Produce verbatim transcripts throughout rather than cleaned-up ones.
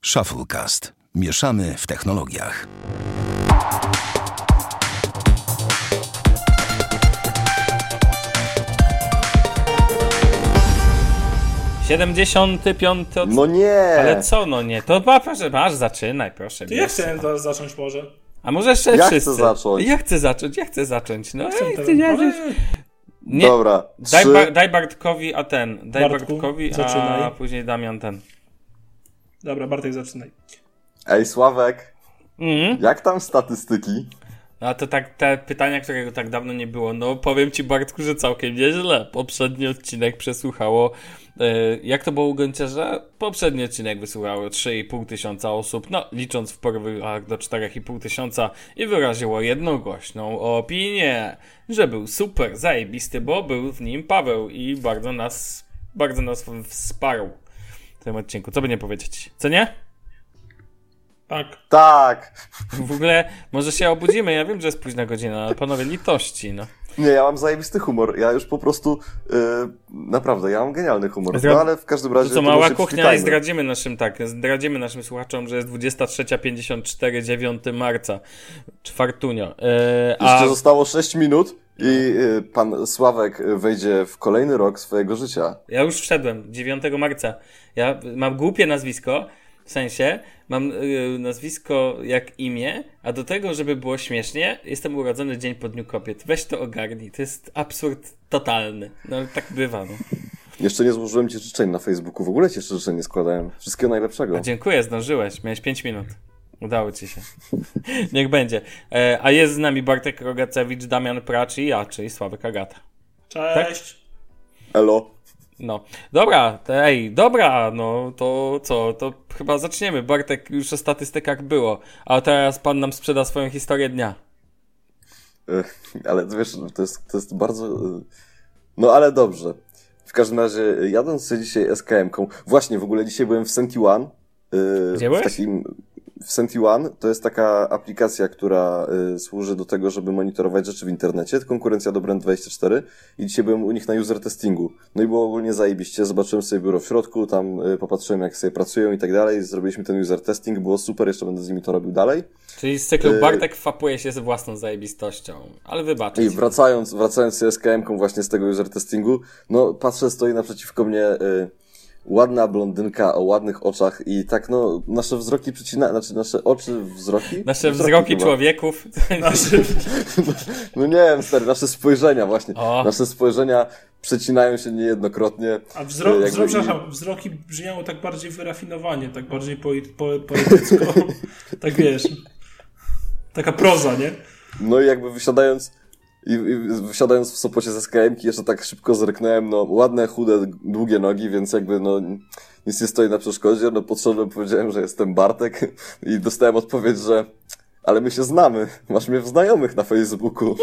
Shufflecast. Mieszamy w technologiach. siedemdziesiąty piąty od... No nie! Ale co, no nie? To ma, proszę, masz, zaczynaj, proszę. To ja chciałem teraz zacząć może. A może jeszcze ja wszyscy? Chcę zacząć. Ja chcę zacząć, ja chcę zacząć. No, Chcę ej, teraz. ty nie, Ale... nie. Dobra. Daj, Trzy... ba- daj Bartkowi, a ten. Daj Bartku, Bartkowi, zaczynaj. a później Damian ten. Dobra, Bartek, zaczynaj. Ej, Sławek, Mhm. jak tam statystyki? No a to tak, te pytania, którego tak dawno nie było. No powiem ci, Bartku, że całkiem nieźle. Poprzedni odcinek przesłuchało. E, jak to było u Gęciarza? Poprzedni odcinek wysłuchało trzy i pół tysiąca osób. No, licząc w porywach do cztery i pół tysiąca i wyraziło jednogłośną opinię, że był super zajebisty, bo był w nim Paweł i bardzo nas, bardzo nas wsparł w tym odcinku. Co by nie powiedzieć? Co nie? Tak. Tak! W ogóle może się obudzimy, ja wiem, że jest późna godzina, ale panowie, litości, no. Nie, ja mam zajebisty humor. Ja już po prostu, yy, naprawdę, ja mam genialny humor. Zdra- No ale w każdym razie... To co, to mała może kuchnia i przywitajmy. zdradzimy naszym, tak, zdradzimy naszym słuchaczom, że jest dwudziesta trzecia pięćdziesiąt cztery, dziewiątego marca, czwartunio. Yy, a... Jeszcze zostało sześć minut i yy, pan Sławek wejdzie w kolejny rok swojego życia. Ja już wszedłem, dziewiątego marca. Ja mam głupie nazwisko, w sensie, mam yy, nazwisko jak imię, a do tego, żeby było śmiesznie, jestem urodzony dzień po Dniu Kobiet. Weź to ogarnij, to jest absurd totalny. No ale tak bywa, no. Jeszcze nie złożyłem ci życzeń na Facebooku. W ogóle ci jeszcze życzeń nie składałem. Wszystkiego najlepszego. A dziękuję, zdążyłeś. Miałeś pięć minut. Udało ci się. Niech będzie. E, a jest z nami Bartek Rogacewicz, Damian Pracz i ja, czyli Sławek Agata. Cześć. Elo. No. Dobra, to, ej, dobra, no to co, to chyba zaczniemy. Bartek, już o statystykach było, a teraz pan nam sprzeda swoją historię dnia. Yy, ale to wiesz, to jest, to jest bardzo... Yy... No ale dobrze. W każdym razie, jadąc sobie dzisiaj S K M-ką, właśnie w ogóle dzisiaj byłem w SentiOne. Yy, Gdzie w byłeś? takim W SentiOne to jest taka aplikacja, która y, służy do tego, żeby monitorować rzeczy w internecie. To konkurencja do Brand dwadzieścia cztery i dzisiaj byłem u nich na user testingu. No i było ogólnie zajebiście. Zobaczyłem sobie biuro w środku, tam y, popatrzyłem jak sobie pracują i tak dalej. Zrobiliśmy ten user testing, było super, jeszcze będę z nimi to robił dalej. Czyli z cyklu Yy. Bartek fapuje się z własną zajebistością, ale wybaczcie. I wracając, wracając sobie S K M-ką właśnie z tego user testingu, no patrzę, stoi naprzeciwko mnie y, ładna blondynka o ładnych oczach i tak no, nasze wzroki przecina, znaczy nasze oczy, wzroki? Nasze wzroki chyba. człowieków. Nasze... No nie wiem, stary, nasze spojrzenia właśnie. O. Nasze spojrzenia przecinają się niejednokrotnie. A wzrok, Jakby wzrok, i- przepraszam, wzroki brzmiało tak bardziej wyrafinowanie, tak bardziej po, po, poetycko. Tak wiesz. Taka proza, nie? No i jakby wysiadając i, i wysiadając w Sopocie z S K M-ki jeszcze tak szybko zerknąłem, no ładne, chude, długie nogi, więc jakby no nic nie stoi na przeszkodzie. No podszedłem, powiedziałem, że jestem Bartek i dostałem odpowiedź, że ale my się znamy, masz mnie w znajomych na Facebooku.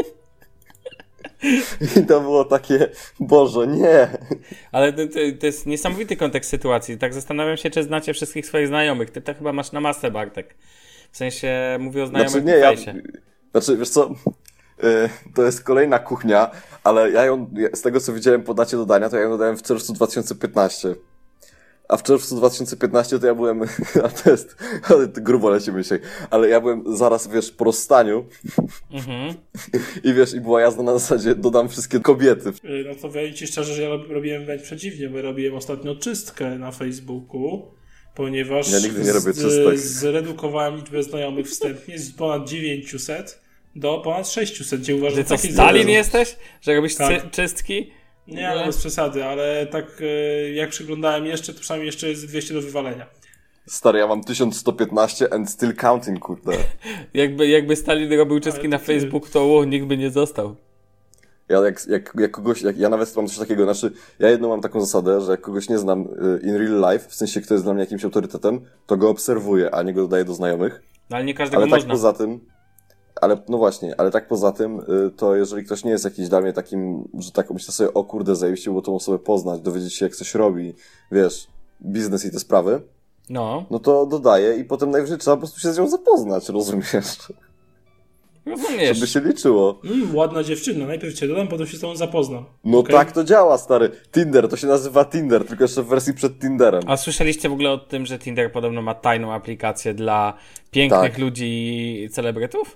I to było takie, Boże, nie. Ale to, to, to jest niesamowity kontekst sytuacji. Tak zastanawiam się, czy znacie wszystkich swoich znajomych. Ty to chyba masz na masę, Bartek. W sensie, mówię o znajomych Znaczy w nie, ja, fejsie. znaczy wiesz co, yy, to jest kolejna kuchnia, ale ja ją, ja- z tego co widziałem po dacie dodania, to ja ją dodałem w czerwcu dwa tysiące piętnastym. A w czerwcu dwa tysiące piętnastym to ja byłem, a to jest, ale to grubo lecimy dzisiaj, ale ja byłem zaraz, wiesz, po rozstaniu Mhm. i wiesz, i była jazda na zasadzie, dodam wszystkie kobiety. Yy, No to powiem ci szczerze, że ja rob- robiłem wręcz przeciwnie, bo robiłem ostatnio czystkę na Facebooku, ponieważ Ja nigdy nie robię z- czystek. zredukowałem liczbę znajomych wstępnie z ponad dziewięćset do ponad sześćset, gdzie uważam, Ty że co, taki Stalin zero- jesteś? Że robisz Tak. cy- czystki? Nie, ale bez przesady, ale tak e, jak przyglądałem jeszcze, to przynajmniej jeszcze jest dwieście do wywalenia. Stary, ja mam tysiąc sto piętnaście and still counting, kurde. Jakby, jakby Stalin robił czystki Ale na to ty- Facebook, to o, nikt by nie został. Ja jak, jak, jak kogoś, jak, ja nawet mam coś takiego, znaczy, ja jedną mam taką zasadę, że jak kogoś nie znam y, in real life, w sensie kto jest dla mnie jakimś autorytetem, to go obserwuję, a nie go dodaję do znajomych. No ale nie każdego Ale tak można. poza tym, ale no właśnie, ale tak poza tym, y, to jeżeli ktoś nie jest jakiś dla mnie takim, że tak myślę sobie, o kurde, zajebiście było tą osobę poznać, dowiedzieć się jak coś robi, wiesz, biznes i te sprawy, No. no to dodaję i potem najwyżej trzeba po prostu się z nią zapoznać, rozumiesz? Rozumiesz. Żeby się liczyło. Mm, ładna dziewczyna, najpierw cię dodam, potem się z tobą zapoznam. No Okay? tak to działa, stary. Tinder, to się nazywa Tinder, tylko jeszcze w wersji przed Tinderem. A słyszeliście w ogóle o tym, że Tinder podobno ma tajną aplikację dla pięknych Tak. ludzi i celebrytów?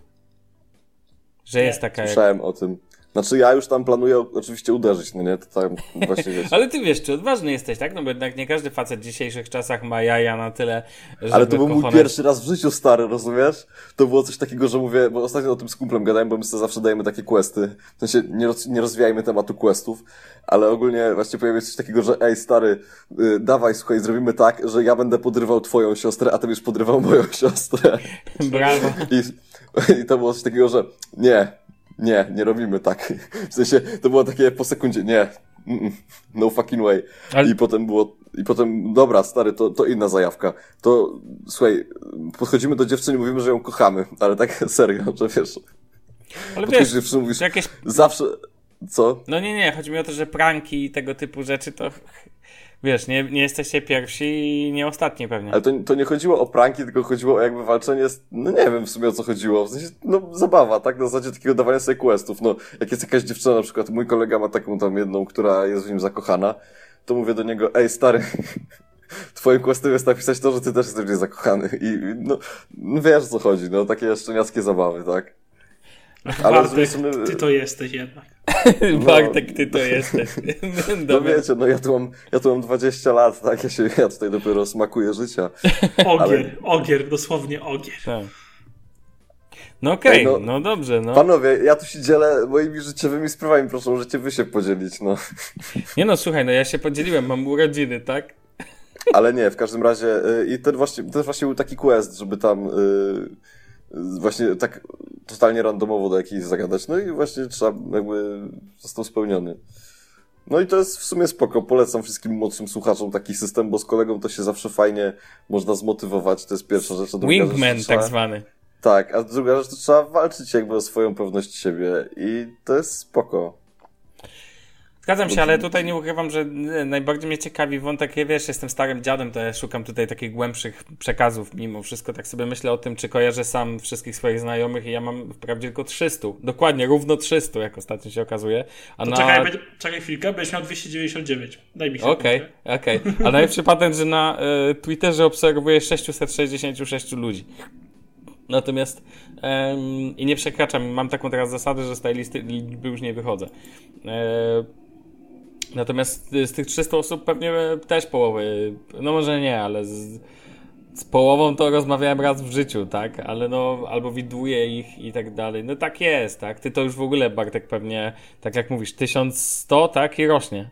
Że jest taka... Słyszałem o tym. Znaczy ja już tam planuję oczywiście uderzyć, no nie? To tam właśnie wiecie. Ale ty wiesz, czy odważny jesteś, tak? No bo jednak nie każdy facet w dzisiejszych czasach ma jaja na tyle, żeby Ale to był mój kochonać- pierwszy raz w życiu, stary, rozumiesz? To było coś takiego, że mówię, bo ostatnio o tym z kumplem gadałem, bo my sobie zawsze dajemy takie questy. W sensie nie, roz, nie rozwijajmy tematu questów, ale ogólnie właśnie pojawiło się coś takiego, że ej, stary, yy, dawaj, słuchaj, zrobimy tak, że ja będę podrywał twoją siostrę, a ty będziesz podrywał moją siostrę. Brawo. I, I to było coś takiego, że nie, nie, nie robimy tak. W sensie, to było takie po sekundzie, nie, mm, no fucking way. Ale- I potem było, i potem, dobra, stary, to, to inna zajawka. To, słuchaj, podchodzimy do dziewczyny i mówimy, że ją kochamy, ale tak serio, że wiesz, Ale podchodzisz wiesz, do dziewczyny, mówisz, to jakieś... zawsze, co? No nie, nie, chodzi mi o to, że pranki i tego typu rzeczy to... Wiesz, nie, nie jesteście pierwsi i nie ostatni pewnie. Ale to, to nie chodziło o pranki, tylko chodziło o jakby walczenie z, no nie wiem w sumie o co chodziło, w sensie, no zabawa, tak, na zasadzie takiego dawania sobie questów, no, jak jest jakaś dziewczyna, na przykład mój kolega ma taką tam jedną, która jest w nim zakochana, to mówię do niego, ej stary, twoim questem jest napisać to, że ty też jesteś w niej zakochany i, no, no wiesz o co chodzi, no, takie szczeniackie zabawy, tak. Ale Bartek, z drugiej strony- ty to jesteś jednak. Bartek, ty to jesteś. No Dobra. wiecie, no ja tu mam, ja tu mam dwadzieścia lat, tak, ja się, ja tutaj dopiero smakuję życia. Ogier, ogier, dosłownie ogier. Tak. No okej, Ej, no- no, dobrze, no. Panowie, ja tu się dzielę moimi życiowymi sprawami, proszę, możecie wy się podzielić, no. Nie no, słuchaj, no ja się podzieliłem, mam urodziny, tak? Ale nie, w każdym razie y, i ten właśnie, ten właśnie był taki quest, żeby tam y, y, właśnie tak totalnie randomowo do jakiejś zagadać, no i właśnie trzeba jakby został spełniony. No i to jest w sumie spoko, polecam wszystkim młodszym słuchaczom taki system, bo z kolegą to się zawsze fajnie można zmotywować, to jest pierwsza rzecz. a druga rzecz, Wingman to trzeba- tak zwany. Tak, a druga rzecz to trzeba walczyć jakby o swoją pewność siebie i to jest spoko. Zgadzam się, ale tutaj nie ukrywam, że nie, najbardziej mnie ciekawi wątek, ja wiesz, jestem starym dziadem, to ja szukam tutaj takich głębszych przekazów mimo wszystko, tak sobie myślę o tym, czy kojarzę sam wszystkich swoich znajomych i ja mam wprawdzie tylko trzysta, dokładnie, równo trzysta, jak ostatnio się okazuje. A To na... czekaj, będzie, czekaj chwilkę, będziesz miał dwieście dziewięćdziesiąt dziewięć. Daj mi chwilę. Okej, okej. A najlepszy patent, że na y, Twitterze obserwuję sześćset sześćdziesiąt sześć ludzi. Natomiast em, i nie przekraczam, mam taką teraz zasadę, że z tej listy liczby już nie wychodzę. E, natomiast z tych trzystu osób pewnie też połowy, no może nie, ale z, z połową to rozmawiałem raz w życiu, tak? Ale no, albo widuję ich i tak dalej. No tak jest, tak? Ty to już w ogóle, Bartek, pewnie, tak jak mówisz, tysiąc sto, tak? I rośnie.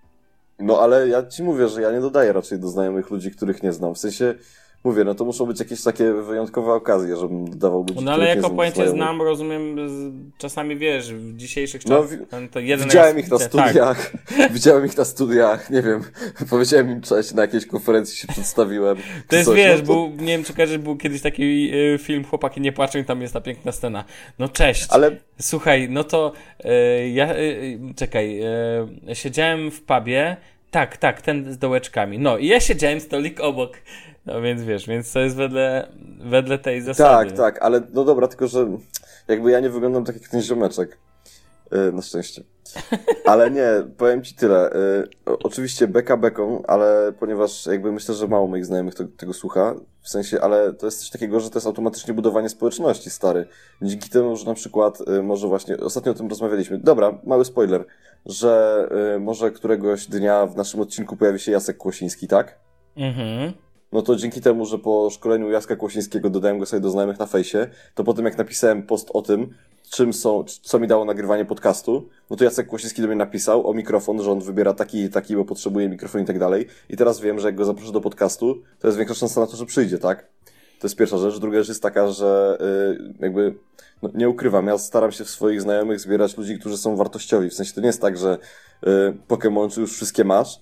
No ale ja ci mówię, że ja nie dodaję raczej do znajomych ludzi, których nie znam. W sensie, mówię, no to muszą być jakieś takie wyjątkowe okazje, żebym dodawał ludzi, No ale których nie jako znam pojęcie znajomych. znam, rozumiem, z, czasami wiesz, w dzisiejszych No, czasach. wi- to jeden Widziałem raz- ich na tak. studiach, widziałem ich na studiach, nie wiem, powiedziałem im cześć, na jakiejś konferencji się przedstawiłem. To jest, coś, wiesz, no to- był, nie wiem czy kojarzysz, był kiedyś taki y, film Chłopaki nie płaczą i tam jest ta piękna scena. No cześć, Ale słuchaj, no to y, ja, y, czekaj, y, siedziałem w pubie, tak, tak, ten z dołeczkami. No i ja siedziałem stolik obok. No więc wiesz, więc to jest wedle, wedle tej zasady. tak, tak, ale no dobra, tylko że jakby ja nie wyglądam tak jak ten ziomeczek. Yy, na szczęście. Ale nie, powiem ci tyle. Yy, o- oczywiście beka beką, ale ponieważ jakby myślę, że mało moich znajomych to, tego słucha, w sensie, ale to jest coś takiego, że to jest automatycznie budowanie społeczności, stary. Dzięki temu, że na przykład yy, może właśnie, ostatnio o tym rozmawialiśmy, dobra, mały spoiler, że yy, może któregoś dnia w naszym odcinku pojawi się Jacek Kłosiński, tak? Mhm. No to dzięki temu, że po szkoleniu Jacka Kłosińskiego dodałem go sobie do znajomych na fejsie, to potem jak napisałem post o tym, czym są, co mi dało nagrywanie podcastu, no to Jacek Kłosiński do mnie napisał o mikrofon, że on wybiera taki i taki, bo potrzebuje mikrofon i tak dalej. I teraz wiem, że jak go zaproszę do podcastu, to jest większa szansa na to, że przyjdzie, tak? To jest pierwsza rzecz. Druga rzecz jest taka, że yy, jakby, no, nie ukrywam, ja staram się w swoich znajomych zbierać ludzi, którzy są wartościowi. W sensie to nie jest tak, że yy, Pokémon czy już wszystkie masz,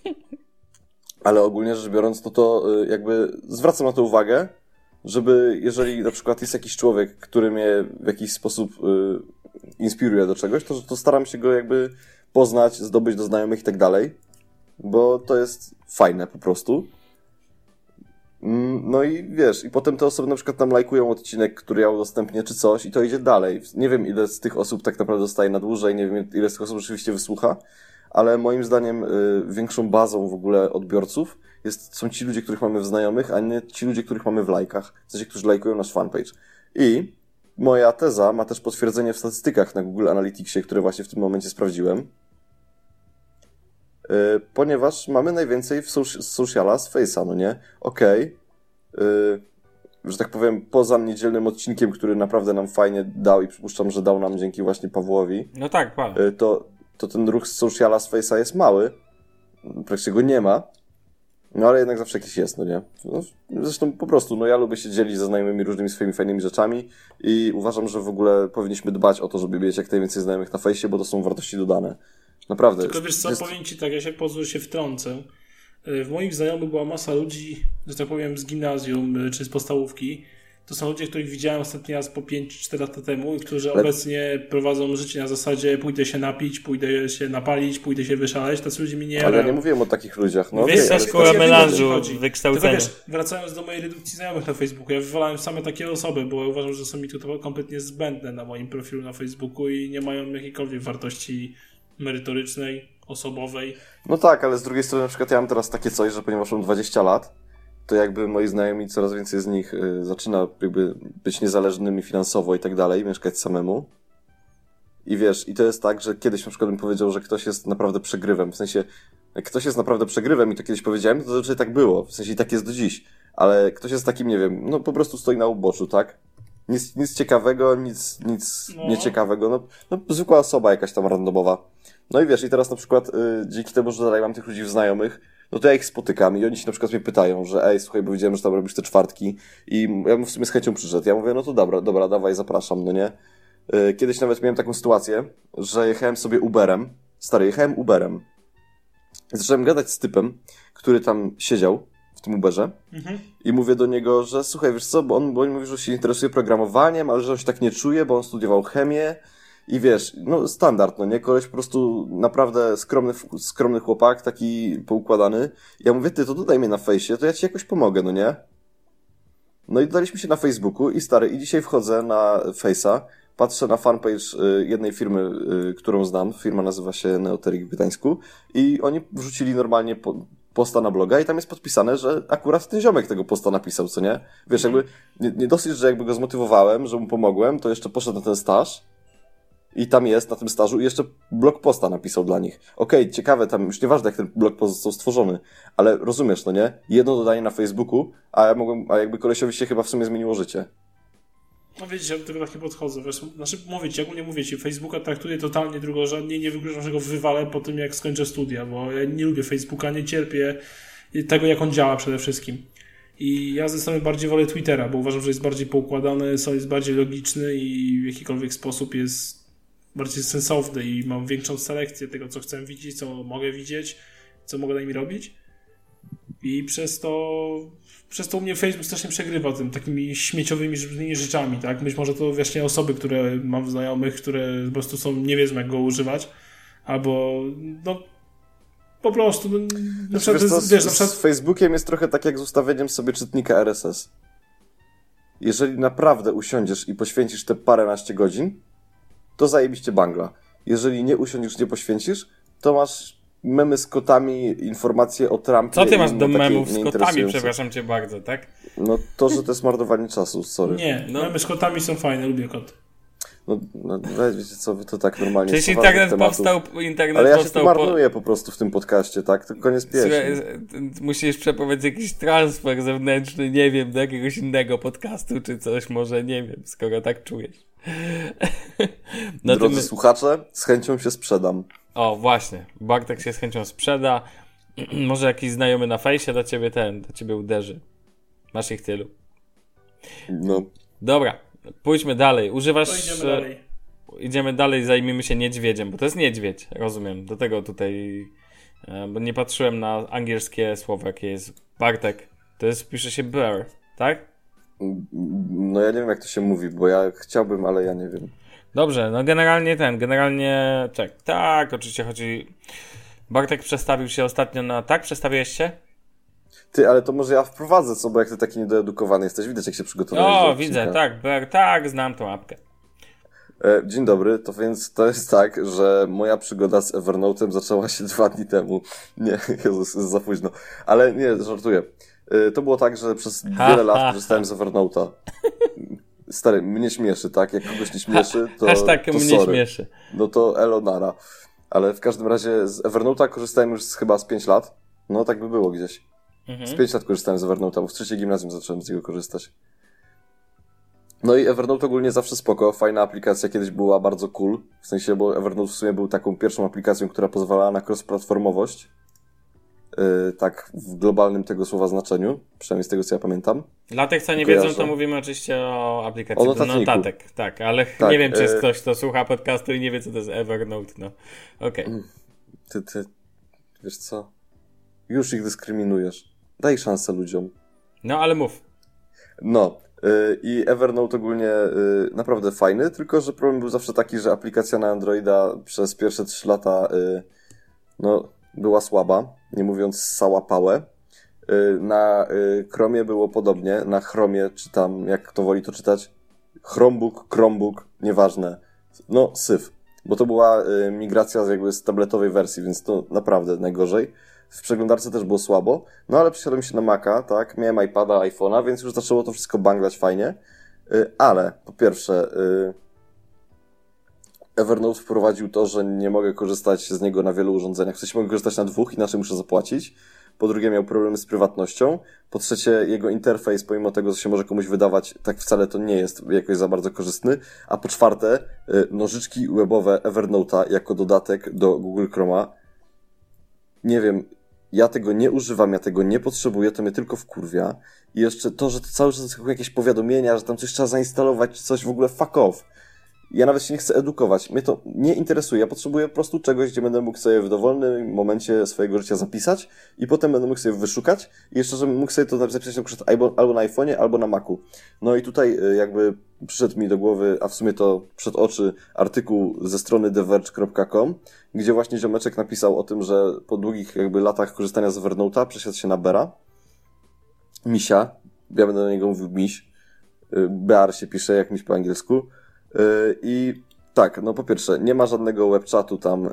ale ogólnie rzecz biorąc, to to y, jakby zwracam na to uwagę, żeby jeżeli na przykład jest jakiś człowiek, który mnie w jakiś sposób y, inspiruje do czegoś, to, to staram się go jakby poznać, zdobyć do znajomych i tak dalej, bo to jest fajne po prostu. No i wiesz, i potem te osoby na przykład tam lajkują odcinek, który ja udostępnię czy coś i to idzie dalej. Nie wiem, ile z tych osób tak naprawdę zostaje na dłużej, nie wiem, ile z tych osób rzeczywiście wysłucha, ale moim zdaniem y, większą bazą w ogóle odbiorców jest, są ci ludzie, których mamy w znajomych, a nie ci ludzie, których mamy w lajkach. W sensie, którzy lajkują nasz fanpage. I moja teza ma też potwierdzenie w statystykach na Google Analyticsie, które właśnie w tym momencie sprawdziłem. Y, ponieważ mamy najwięcej w so- sociala z Face'a, no nie? Okej. Okay. Że tak powiem, poza niedzielnym odcinkiem, który naprawdę nam fajnie dał i przypuszczam, że dał nam dzięki właśnie Pawłowi. No tak, pan. Y, to, to ten ruch z sociala z Face'a jest mały. Praktycznie go nie ma. No ale jednak zawsze jakiś jest, no nie? No, zresztą po prostu, no ja lubię się dzielić ze znajomymi różnymi swoimi fajnymi rzeczami i uważam, że w ogóle powinniśmy dbać o to, żeby mieć jak najwięcej znajomych na fejsie, bo to są wartości dodane. Naprawdę. Tylko wiesz co, jest... powiem ci tak, ja się pozwól się wtrącę. W moich znajomych była masa ludzi, że tak powiem, z gimnazjum czy z podstawówki. To są ludzie, których widziałem ostatni raz po pięć cztery lata temu i którzy Ale... obecnie prowadzą życie na zasadzie pójdę się napić, pójdę się napalić, pójdę się wyszaleć. Tacy ludzie mi nie... Ale ja nie mówiłem o takich ludziach. No, wiesz, okay, szkoła melanżu, wykształcenia. Tylko wiesz, wracając do mojej redukcji znajomych na Facebooku, ja wywalałem same takie osoby, bo uważam, że są mi to kompletnie zbędne na moim profilu na Facebooku i nie mają jakiejkolwiek wartości merytorycznej, osobowej. No tak, ale z drugiej strony na przykład ja mam teraz takie coś, że ponieważ mam dwadzieścia lat, to jakby moi znajomi, coraz więcej z nich y, zaczyna jakby być niezależnymi finansowo i tak dalej, mieszkać samemu. I wiesz, i to jest tak, że kiedyś na przykład bym powiedział, że ktoś jest naprawdę przegrywem. W sensie, jak ktoś jest naprawdę przegrywem i to kiedyś powiedziałem, to zazwyczaj tak było. W sensie i tak jest do dziś. Ale ktoś jest takim, nie wiem, no po prostu stoi na uboczu, tak? Nic, nic ciekawego, nic, nic no. nieciekawego. No, no zwykła osoba jakaś tam randomowa. No i wiesz, i teraz na przykład y, dzięki temu, że dalej mam tych ludzi w znajomych, no to ja ich spotykam i oni się na przykład mnie pytają, że ej, słuchaj, bo widziałem, że tam robisz te czwartki i ja bym w sumie z chęcią przyszedł. Ja mówię, no to dobra, dobra, dawaj, zapraszam, no nie? Y, kiedyś nawet miałem taką sytuację, że jechałem sobie Uberem, stary, jechałem Uberem. Zacząłem gadać z typem, który tam siedział w tym Uberze mhm. i mówię do niego, że słuchaj, wiesz co, bo on, bo on mówi, że się interesuje programowaniem, ale że on się tak nie czuje, bo on studiował chemię. I wiesz, no standard, no nie? Koleś po prostu naprawdę skromny, skromny chłopak, taki poukładany. Ja mówię, ty, to dodaj mnie na fejsie, to ja ci jakoś pomogę, no nie? No i dodaliśmy się na Facebooku i stary, i dzisiaj wchodzę na Face'a, patrzę na fanpage jednej firmy, którą znam, firma nazywa się Neoterik w Gdańsku i oni wrzucili normalnie po, posta na bloga i tam jest podpisane, że akurat ten ziomek tego posta napisał, co nie? Wiesz, jakby, nie, nie dosyć, że jakby go zmotywowałem, że mu pomogłem, to jeszcze poszedł na ten staż. I tam jest, na tym stażu, i jeszcze blog posta napisał dla nich. Okej, okay, ciekawe, tam już nieważne, jak ten blog post został stworzony, ale rozumiesz, no nie? Jedno dodanie na Facebooku, a ja mogłem, a jakby kolesiowi się chyba w sumie zmieniło życie. No wiecie, ja do tego tak nie podchodzę, wiesz, znaczy mówię ci, jak nie mówię ci, Facebooka traktuję totalnie drugorzędnie, nie wykluczam, że go wywalę po tym, jak skończę studia, bo ja nie lubię Facebooka, nie cierpię tego, jak on działa przede wszystkim. I ja zdecydowanie bardziej wolę Twittera, bo uważam, że jest bardziej poukładany, jest bardziej logiczny i w jakikolwiek sposób jest bardziej sensowny i mam większą selekcję tego, co chcę widzieć, co mogę widzieć, co mogę na nim robić. I przez to przez to u mnie Facebook strasznie przegrywa tym takimi śmieciowymi rzeczami, tak? Być może to właśnie osoby, które mam znajomych, które po prostu są, nie wiedzą, jak go używać, albo no po prostu no, na przykład, wiesz, to, wiesz, z, na przykład... z Facebookiem jest trochę tak jak z ustawieniem sobie czytnika R S S. Jeżeli naprawdę usiądziesz i poświęcisz te paręnaście godzin, to zajebiście bangla. Jeżeli nie usiądziesz, nie poświęcisz, to masz memy z kotami, informacje o Trumpie. Co ty masz do memów z kotami, przepraszam cię bardzo, tak? No to, że to jest marnowanie czasu, sorry. Nie, no. Memy z kotami są fajne, lubię kot. No, no wiecie co, wy to tak normalnie... Przecież internet powstał, internet Ale ja powstał się tu marnuję po... po prostu w tym podcaście, tak? To koniec pieśni. Musisz przeprowadzić jakiś transfer zewnętrzny, nie wiem, do jakiegoś innego podcastu czy coś, może, nie wiem, skoro tak czujesz. No Drodzy tym... słuchacze, z chęcią się sprzedam. O, właśnie. Bartek się z chęcią sprzeda. Może jakiś znajomy na fejsie do ciebie ten, do ciebie uderzy. Masz ich tylu. No. Dobra, pójdźmy dalej. Używasz... To idziemy dalej. Idziemy dalej, zajmijmy się niedźwiedziem, bo to jest niedźwiedź, rozumiem. Do tego tutaj... Bo nie patrzyłem na angielskie słowo, jakie jest Bartek. To jest, pisze się bear, tak? No ja nie wiem, jak to się mówi, bo ja chciałbym, ale ja nie wiem. Dobrze, no generalnie ten, generalnie... Czek, tak, oczywiście chodzi... Bartek przestawił się ostatnio na... Tak? Przestawiłeś się? Ty, ale to może ja wprowadzę co, bo jak ty taki niedoedukowany jesteś, widać jak się przygotowałeś. O, widzę, tak, Ber, tak, znam tą apkę. Dzień dobry, to więc to jest tak, że moja przygoda z Evernote'em zaczęła się dwa dni temu. Nie, Jezus, jest za późno. Ale nie, żartuję. To było tak, że przez ha, wiele lat ha, korzystałem ha. z Evernote'a. Stary, mnie śmieszy, tak? Jak kogoś nie śmieszy, to Aż tak to mnie sorry. śmieszy. No to Elonara. Ale w każdym razie z Evernote'a korzystałem już z, chyba z pięć lat. No tak by było gdzieś. Mhm. Z pięć lat korzystałem z Evernote'a, bo w trzeciej gimnazjum zacząłem z niego korzystać. No i Evernote ogólnie zawsze spoko, fajna aplikacja, kiedyś była bardzo cool, w sensie, bo Evernote w sumie był taką pierwszą aplikacją, która pozwalała na cross-platformowość, yy, tak w globalnym tego słowa znaczeniu, przynajmniej z tego co ja pamiętam. Dla tych, co nie Kojarzę. wiedzą, to mówimy oczywiście o aplikacji O do notatniku. notatek, tak, ale Tak, nie wiem, czy jest e- ktoś, kto słucha podcastu i nie wie, co to jest Evernote, no. Okej. Okay. Ty, ty, wiesz co, już ich dyskryminujesz, daj szansę ludziom. No, ale mów. No, yy, i Evernote ogólnie yy, naprawdę fajny, tylko że problem był zawsze taki, że aplikacja na Androida przez pierwsze trzy lata yy, no, była słaba, nie mówiąc sałapałe. Yy, na yy, Chromie było podobnie, na Chromie, czy tam, jak kto woli to czytać, Chromebook, Chromebook, nieważne, no syf, bo to była yy, migracja z, jakby z tabletowej wersji, więc to naprawdę najgorzej. W przeglądarce też było słabo, no ale przesiadłem się na Maca, tak, miałem iPada, iPhone'a, więc już zaczęło to wszystko banglać fajnie, yy, ale po pierwsze yy, Evernote wprowadził to, że nie mogę korzystać z niego na wielu urządzeniach, w sensie mogę korzystać na dwóch, inaczej muszę zapłacić. Po drugie miał problemy z prywatnością, po trzecie jego interfejs, pomimo tego, co się może komuś wydawać, tak wcale to nie jest jakoś za bardzo korzystny, a po czwarte yy, nożyczki webowe Evernote'a jako dodatek do Google Chroma. Nie wiem, ja tego nie używam, ja tego nie potrzebuję, to mnie tylko wkurwia. I jeszcze to, że to cały czas są jakieś powiadomienia, że tam coś trzeba zainstalować, czy coś w ogóle fuck off. Ja nawet się nie chcę edukować. Mnie to nie interesuje. Ja potrzebuję po prostu czegoś, gdzie będę mógł sobie w dowolnym momencie swojego życia zapisać i potem będę mógł sobie wyszukać i jeszcze, żebym mógł sobie to zapisać na przykład albo, albo na iPhone'ie, albo na Macu. No i tutaj jakby przyszedł mi do głowy, a w sumie to przed oczy artykuł ze strony the verge kropka com, gdzie właśnie ziomeczek napisał o tym, że po długich jakby latach korzystania z Evernote'a przesiadł się na Bera. Misia. Ja będę do niego mówił miś. Bear się pisze jak miś po angielsku. I tak, no po pierwsze, nie ma żadnego webchatu tam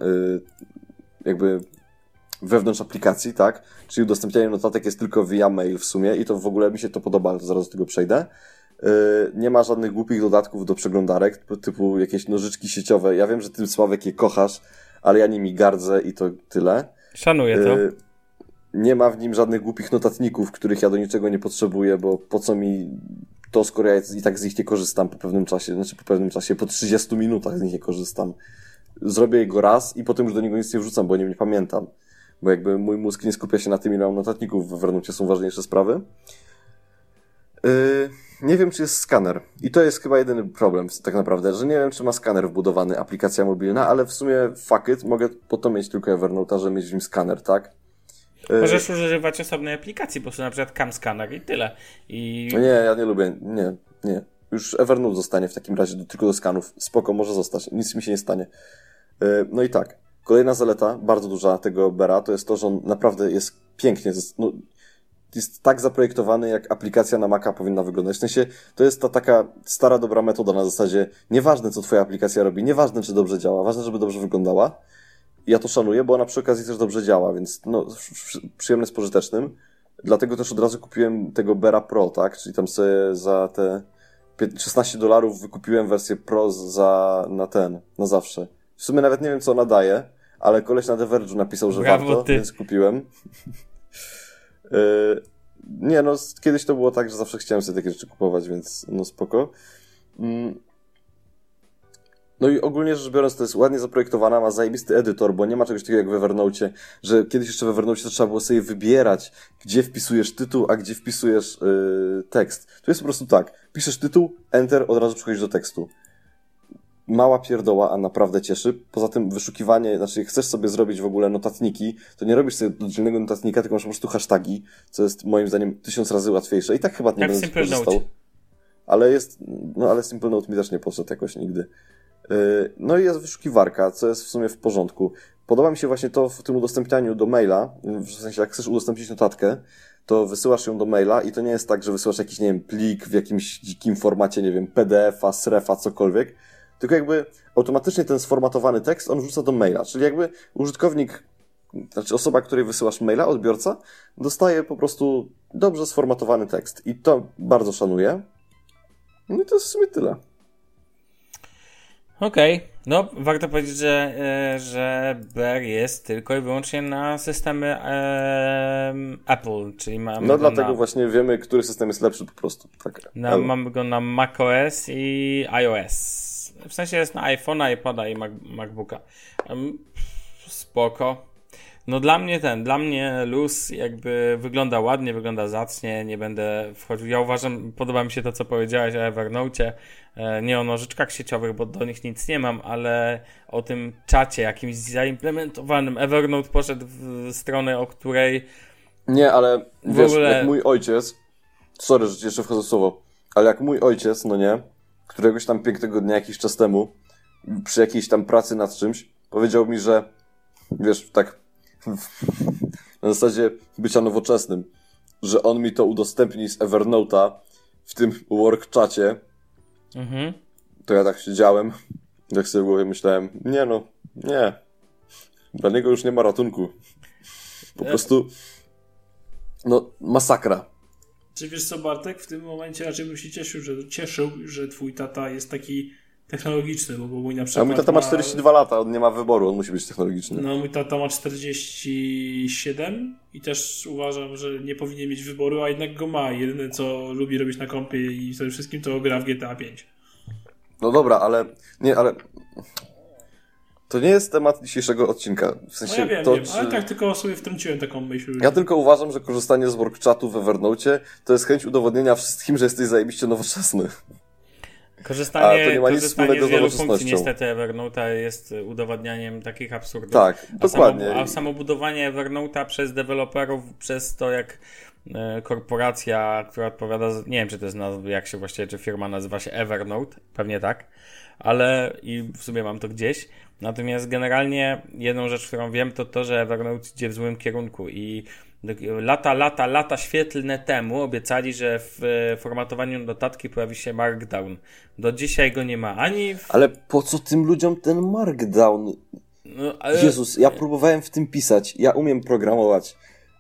jakby wewnątrz aplikacji, tak? Czyli udostępnianie notatek jest tylko via mail w sumie i to w ogóle mi się to podoba, ale to zaraz do tego przejdę. Nie ma żadnych głupich dodatków do przeglądarek, typu jakieś nożyczki sieciowe. Ja wiem, że ty, Sławek, je kochasz, ale ja nimi gardzę i to tyle. Szanuję to. Nie ma w nim żadnych głupich notatników, których ja do niczego nie potrzebuję, bo po co mi to, skoro ja i tak z nich nie korzystam po pewnym czasie, znaczy po pewnym czasie, po trzydziestu minutach z nich nie korzystam. Zrobię go raz i potem już do niego nic nie wrzucam, bo o nim nie pamiętam. Bo jakby mój mózg nie skupia się na tym, ile mam notatników, w Evernote są ważniejsze sprawy. Yy, nie wiem, czy jest skaner. I to jest chyba jedyny problem tak naprawdę, że nie wiem, czy ma skaner wbudowany, aplikacja mobilna, ale w sumie fuck it, mogę po to mieć tylko Evernote'a, żeby mieć w nim skaner, tak? Możesz używać osobnej aplikacji, po prostu na przykład CamScanner i tyle. I... Nie, ja nie lubię, nie, nie. Już Evernote zostanie w takim razie do, tylko do skanów. Spoko, może zostać, nic mi się nie stanie. No i tak, kolejna zaleta, bardzo duża tego Bera, to jest to, że on naprawdę jest pięknie, no, jest tak zaprojektowany, jak aplikacja na Maca powinna wyglądać. W sensie, to jest ta taka stara, dobra metoda na zasadzie, nieważne, co twoja aplikacja robi, nieważne, czy dobrze działa, ważne, żeby dobrze wyglądała. Ja to szanuję, bo ona przy okazji też dobrze działa, więc no, przyjemne z pożytecznym. Dlatego też od razu kupiłem tego Bera Pro, tak? Czyli tam sobie za te szesnaście dolarów wykupiłem wersję Pro za, na ten, na zawsze. W sumie nawet nie wiem, co ona daje, ale koleś na The Verge'u napisał, że Brawo, warto, ty. więc kupiłem. yy, nie, no kiedyś to było tak, że zawsze chciałem sobie takie rzeczy kupować, więc no spoko. Yy. No i ogólnie rzecz biorąc, to jest ładnie zaprojektowana, ma zajebisty edytor, bo nie ma czegoś takiego jak w Evernote'cie, że kiedyś jeszcze w Evernote'cie to trzeba było sobie wybierać, gdzie wpisujesz tytuł, a gdzie wpisujesz yy, tekst. Tu jest po prostu tak, piszesz tytuł, enter, od razu przechodzisz do tekstu. Mała pierdoła, a naprawdę cieszy. Poza tym wyszukiwanie, znaczy jak chcesz sobie zrobić w ogóle notatniki, to nie robisz sobie oddzielnego notatnika, tylko masz po prostu hasztagi, co jest moim zdaniem tysiąc razy łatwiejsze. I tak chyba nie Jak będę Simple korzystał. Note. Ale jest, no ale Simple Note mi też nie poszedł jakoś nigdy. No i jest wyszukiwarka, co jest w sumie w porządku. Podoba mi się właśnie to w tym udostępnianiu do maila, w sensie jak chcesz udostępnić notatkę, to wysyłasz ją do maila i to nie jest tak, że wysyłasz jakiś, nie wiem, plik w jakimś dzikim formacie, nie wiem, P D F-a, srefa, cokolwiek, tylko jakby automatycznie ten sformatowany tekst on wrzuca do maila, czyli jakby użytkownik, znaczy osoba, której wysyłasz maila, odbiorca, dostaje po prostu dobrze sformatowany tekst i to bardzo szanuję. No i to jest w sumie tyle. Okej, okay. No warto powiedzieć, że, e, że Bear jest tylko i wyłącznie na systemy e, Apple, czyli mamy No go dlatego na, właśnie wiemy, który system jest lepszy po prostu. Tak. na, mamy go na macOS i iOS. W sensie jest na iPhone'a, iPada i Mac, MacBooka. Um, spoko. No dla mnie ten, dla mnie luz jakby wygląda ładnie, wygląda zacnie, nie będę wchodził. Ja uważam, podoba mi się to, co powiedziałeś o Evernote, nie o nożyczkach sieciowych, bo do nich nic nie mam, ale o tym czacie jakimś zaimplementowanym. Evernote poszedł w stronę, o której nie, ale w wiesz, ogóle... jak mój ojciec, sorry, że ci jeszcze wchodzę w słowo, ale jak mój ojciec, no nie, któregoś tam pięknego dnia, jakiś czas temu, przy jakiejś tam pracy nad czymś, powiedział mi, że wiesz, tak na zasadzie bycia nowoczesnym, że on mi to udostępni z Evernote'a w tym work czacie, mhm. to ja tak siedziałem, tak sobie w głowie myślałem, nie no, nie, dla niego już nie ma ratunku. Po prostu no, masakra. Czy wiesz co, Bartek, w tym momencie raczej bym się cieszył, że cieszył, że twój tata jest taki technologiczny, bo mój na przykład A mój tata ma czterdzieści dwa lata, on nie ma wyboru, on musi być technologiczny. No mój tata ma czterdzieści siedem i też uważam, że nie powinien mieć wyboru, a jednak go ma. Jedyne co lubi robić na kompie i przede wszystkim to gra w G T A pięć. No dobra, ale nie, ale to nie jest temat dzisiejszego odcinka. W sensie no ja wiem, to, wiem, czy... ale tak tylko sobie wtrąciłem taką myśl. Ja tylko uważam, że korzystanie z workchatu w Evernote to jest chęć udowodnienia wszystkim, że jesteś zajebiście nowoczesny. Korzystanie, A to nie ma nic korzystanie wspólnego z z wielu nowoczesnością. funkcji niestety Evernote'a jest udowadnianiem takich absurdów. Tak, a dokładnie. Samo, a samo budowanie Evernote'a przez deweloperów, przez to jak e, korporacja, która odpowiada, za, nie wiem czy to jest nazwa, jak się właściwie, czy firma nazywa się Evernote, pewnie tak, ale i w sumie mam to gdzieś. Natomiast generalnie jedną rzecz, którą wiem, to to, że Evernote idzie w złym kierunku i lata, lata, lata świetlne temu obiecali, że w formatowaniu notatki pojawi się Markdown. Do dzisiaj go nie ma ani w... Ale po co tym ludziom ten Markdown? No, ale... Jezus, ja próbowałem w tym pisać. Ja umiem programować.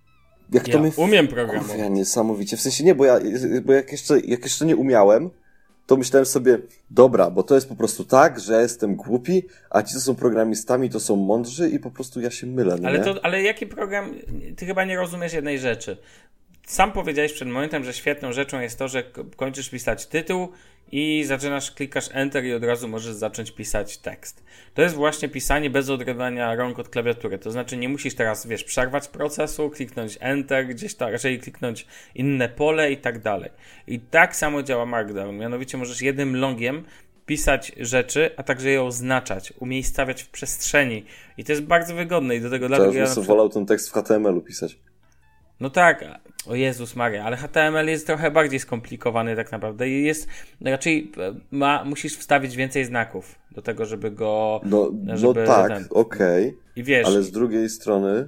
Jak to ja mnie... umiem programować. Kurwa, niesamowicie. W sensie nie, bo ja bo jak jeszcze, jak jeszcze nie umiałem, to myślałem sobie, dobra, bo to jest po prostu tak, że ja jestem głupi, a ci, co są programistami, to są mądrzy i po prostu ja się mylę, no ale, nie? to, ale jaki program... Ty chyba nie rozumiesz jednej rzeczy. Sam powiedziałeś przed momentem, że świetną rzeczą jest to, że kończysz pisać tytuł i zaczynasz, klikasz Enter i od razu możesz zacząć pisać tekst. To jest właśnie pisanie bez odrywania rąk od klawiatury. To znaczy nie musisz teraz, wiesz, przerwać procesu, kliknąć Enter, gdzieś tam, raczej kliknąć inne pole i tak dalej. I tak samo działa Markdown. Mianowicie możesz jednym longiem pisać rzeczy, a także je oznaczać, umiejscawiać w przestrzeni. I to jest bardzo wygodne i do tego... To ja bym ja sobie wolał ten tekst w H T M L-u pisać. No tak, o Jezus Maria, ale H T M L jest trochę bardziej skomplikowany tak naprawdę i jest, raczej ma, musisz wstawić więcej znaków do tego, żeby go... No, żeby no tak, ten... okej, okay, I wiesz, ale z drugiej strony,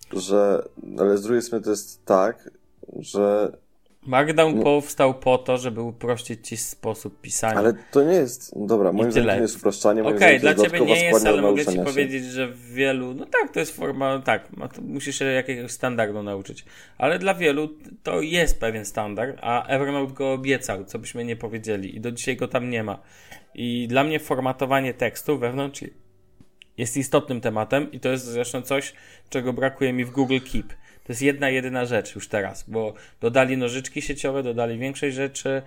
że, ale z drugiej strony to jest tak, że... Markdown no, powstał po to, żeby uprościć ci sposób pisania. Ale to nie jest, dobra, moim zdaniem to nie jest uproszczanie, moim Okej, zdaniem to dla jest ciebie nie jest, ale mogę ci się. powiedzieć, że w wielu, no tak, to jest forma, tak, musisz się jakiegoś standardu nauczyć, ale dla wielu to jest pewien standard, a Evernote go obiecał, co byśmy nie powiedzieli i do dzisiaj go tam nie ma. I dla mnie formatowanie tekstu wewnątrz jest istotnym tematem i to jest zresztą coś, czego brakuje mi w Google Keep. To jest jedna, jedyna rzecz już teraz, bo dodali nożyczki sieciowe, dodali większość rzeczy,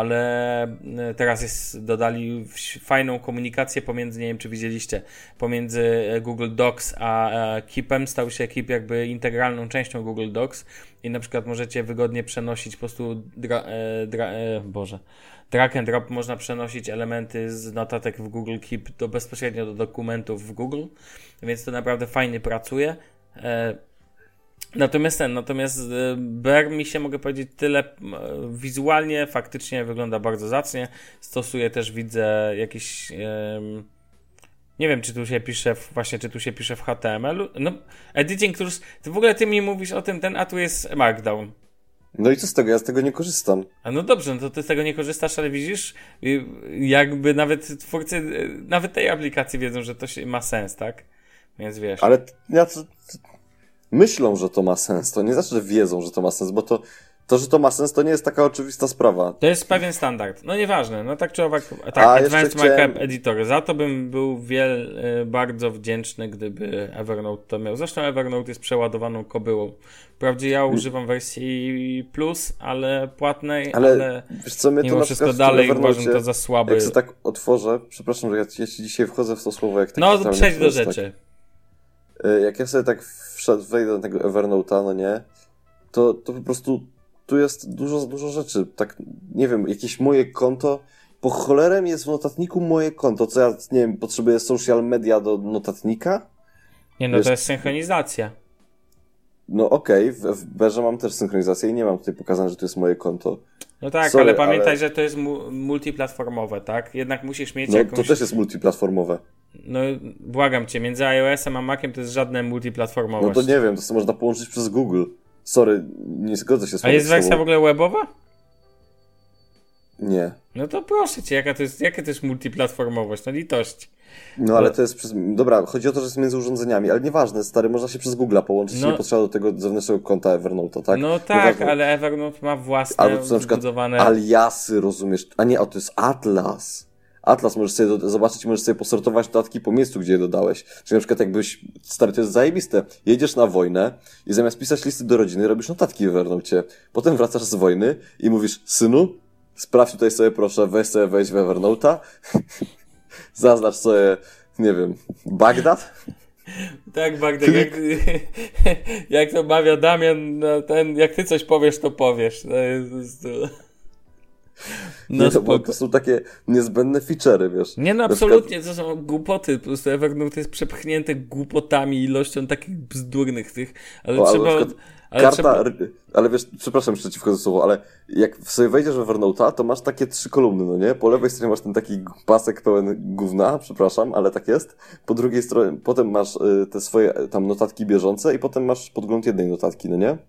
ale teraz jest, dodali fajną komunikację pomiędzy, nie wiem czy widzieliście, pomiędzy Google Docs a Keepem. Stał się Keep jakby integralną częścią Google Docs i na przykład możecie wygodnie przenosić po prostu dra, dra, Boże, drag and drop, można przenosić elementy z notatek w Google Keep do, bezpośrednio do dokumentów w Google, więc to naprawdę fajnie pracuje. Natomiast ten, natomiast Bear mi się, mogę powiedzieć, tyle wizualnie faktycznie wygląda bardzo zacnie. Stosuje też, widzę, jakiś um, nie wiem, czy tu się pisze w, właśnie, czy tu się pisze w H T M L. No, editing tools, to w ogóle ty mi mówisz o tym, ten, a tu jest Markdown. No i co z tego? Ja z tego nie korzystam. A no dobrze, no to ty z tego nie korzystasz, ale widzisz, jakby nawet twórcy, nawet tej aplikacji wiedzą, że to się ma sens, tak? Więc wiesz. Ale ja to, to, myślą, że to ma sens. To nie znaczy, że wiedzą, że to ma sens, bo to, to, że to ma sens, to nie jest taka oczywista sprawa. To jest pewien standard. No nieważne, no tak czy owak, tak, A, Advanced chciałem... Markup Editor. Za to bym był wiel, bardzo wdzięczny, gdyby Evernote to miał. Zresztą Evernote jest przeładowaną kobyłą. Wprawdzie ja używam wersji plus, ale płatnej, ale, ale wiesz co, mnie mimo to na wszystko dalej uważam to za słaby. Jak się tak otworzę, przepraszam, że ja, ja ci dzisiaj wchodzę w to słowo, jak tak no przejdź do rzeczy. Tak, jak ja sobie tak wszedł, wejdę do tego Evernote'a, no nie, to, to po prostu tu jest dużo, dużo rzeczy. Tak, nie wiem, jakieś moje konto, po cholerem jest w notatniku moje konto, co ja, nie wiem, potrzebuję social media do notatnika? Nie, no wiesz, to jest synchronizacja. No okej, okay, w, w Berze mam też synchronizację i nie mam tutaj pokazane, że to jest moje konto. No tak, Sorry, ale pamiętaj, ale... że to jest mu- multiplatformowe, tak? Jednak musisz mieć no, jakąś... No to też jest multiplatformowe. No błagam cię, między iOS-em a Maciem to jest żadne multiplatformowość. No to nie wiem, to sobie można połączyć przez Google. Sorry, nie zgodzę się z A jest wersja w ogóle webowa? Nie. No to proszę cię, jaka to jest, jaka to jest multiplatformowość? No litość. No ale to jest przez... Dobra, chodzi o to, że jest między urządzeniami, ale nieważne, stary, można się przez Google'a połączyć, no. Nie potrzeba do tego zewnętrznego konta Evernote'a, tak? No tak, nieważne. Ale Evernote ma własne albo na przykład zbudowane... aliasy, rozumiesz? A nie, o to jest Atlas. Atlas możesz sobie do... zobaczyć, możesz sobie posortować notatki po miejscu, gdzie je dodałeś. Czyli na przykład jakbyś... Stary, to jest zajebiste. Jedziesz na wojnę i zamiast pisać listy do rodziny, robisz notatki w Evernote'cie. Potem wracasz z wojny i mówisz, synu, sprawdź tutaj sobie proszę, weź sobie wejść w Evernote'a. Zaznacz sobie, nie wiem, Bagdad? Tak, Bagdad. Jak, jak to mawia Damian, no ten, jak ty coś powiesz, to powiesz. To jest, to... No nie, bo to są takie niezbędne feature'y, wiesz. Nie, no absolutnie, to są głupoty. Po prostu Evernote jest przepchnięty głupotami, ilością takich bzdurnych tych, ale o, trzeba... Ale ale, karta, trzeba... ale wiesz, przepraszam, że ci wchodzę słowo, ale jak sobie wejdziesz w Evernote'a, to masz takie trzy kolumny, no nie? Po lewej stronie masz ten taki pasek pełen gówna, przepraszam, ale tak jest. Po drugiej stronie, potem masz y, te swoje tam notatki bieżące i potem masz podgląd jednej notatki, no nie?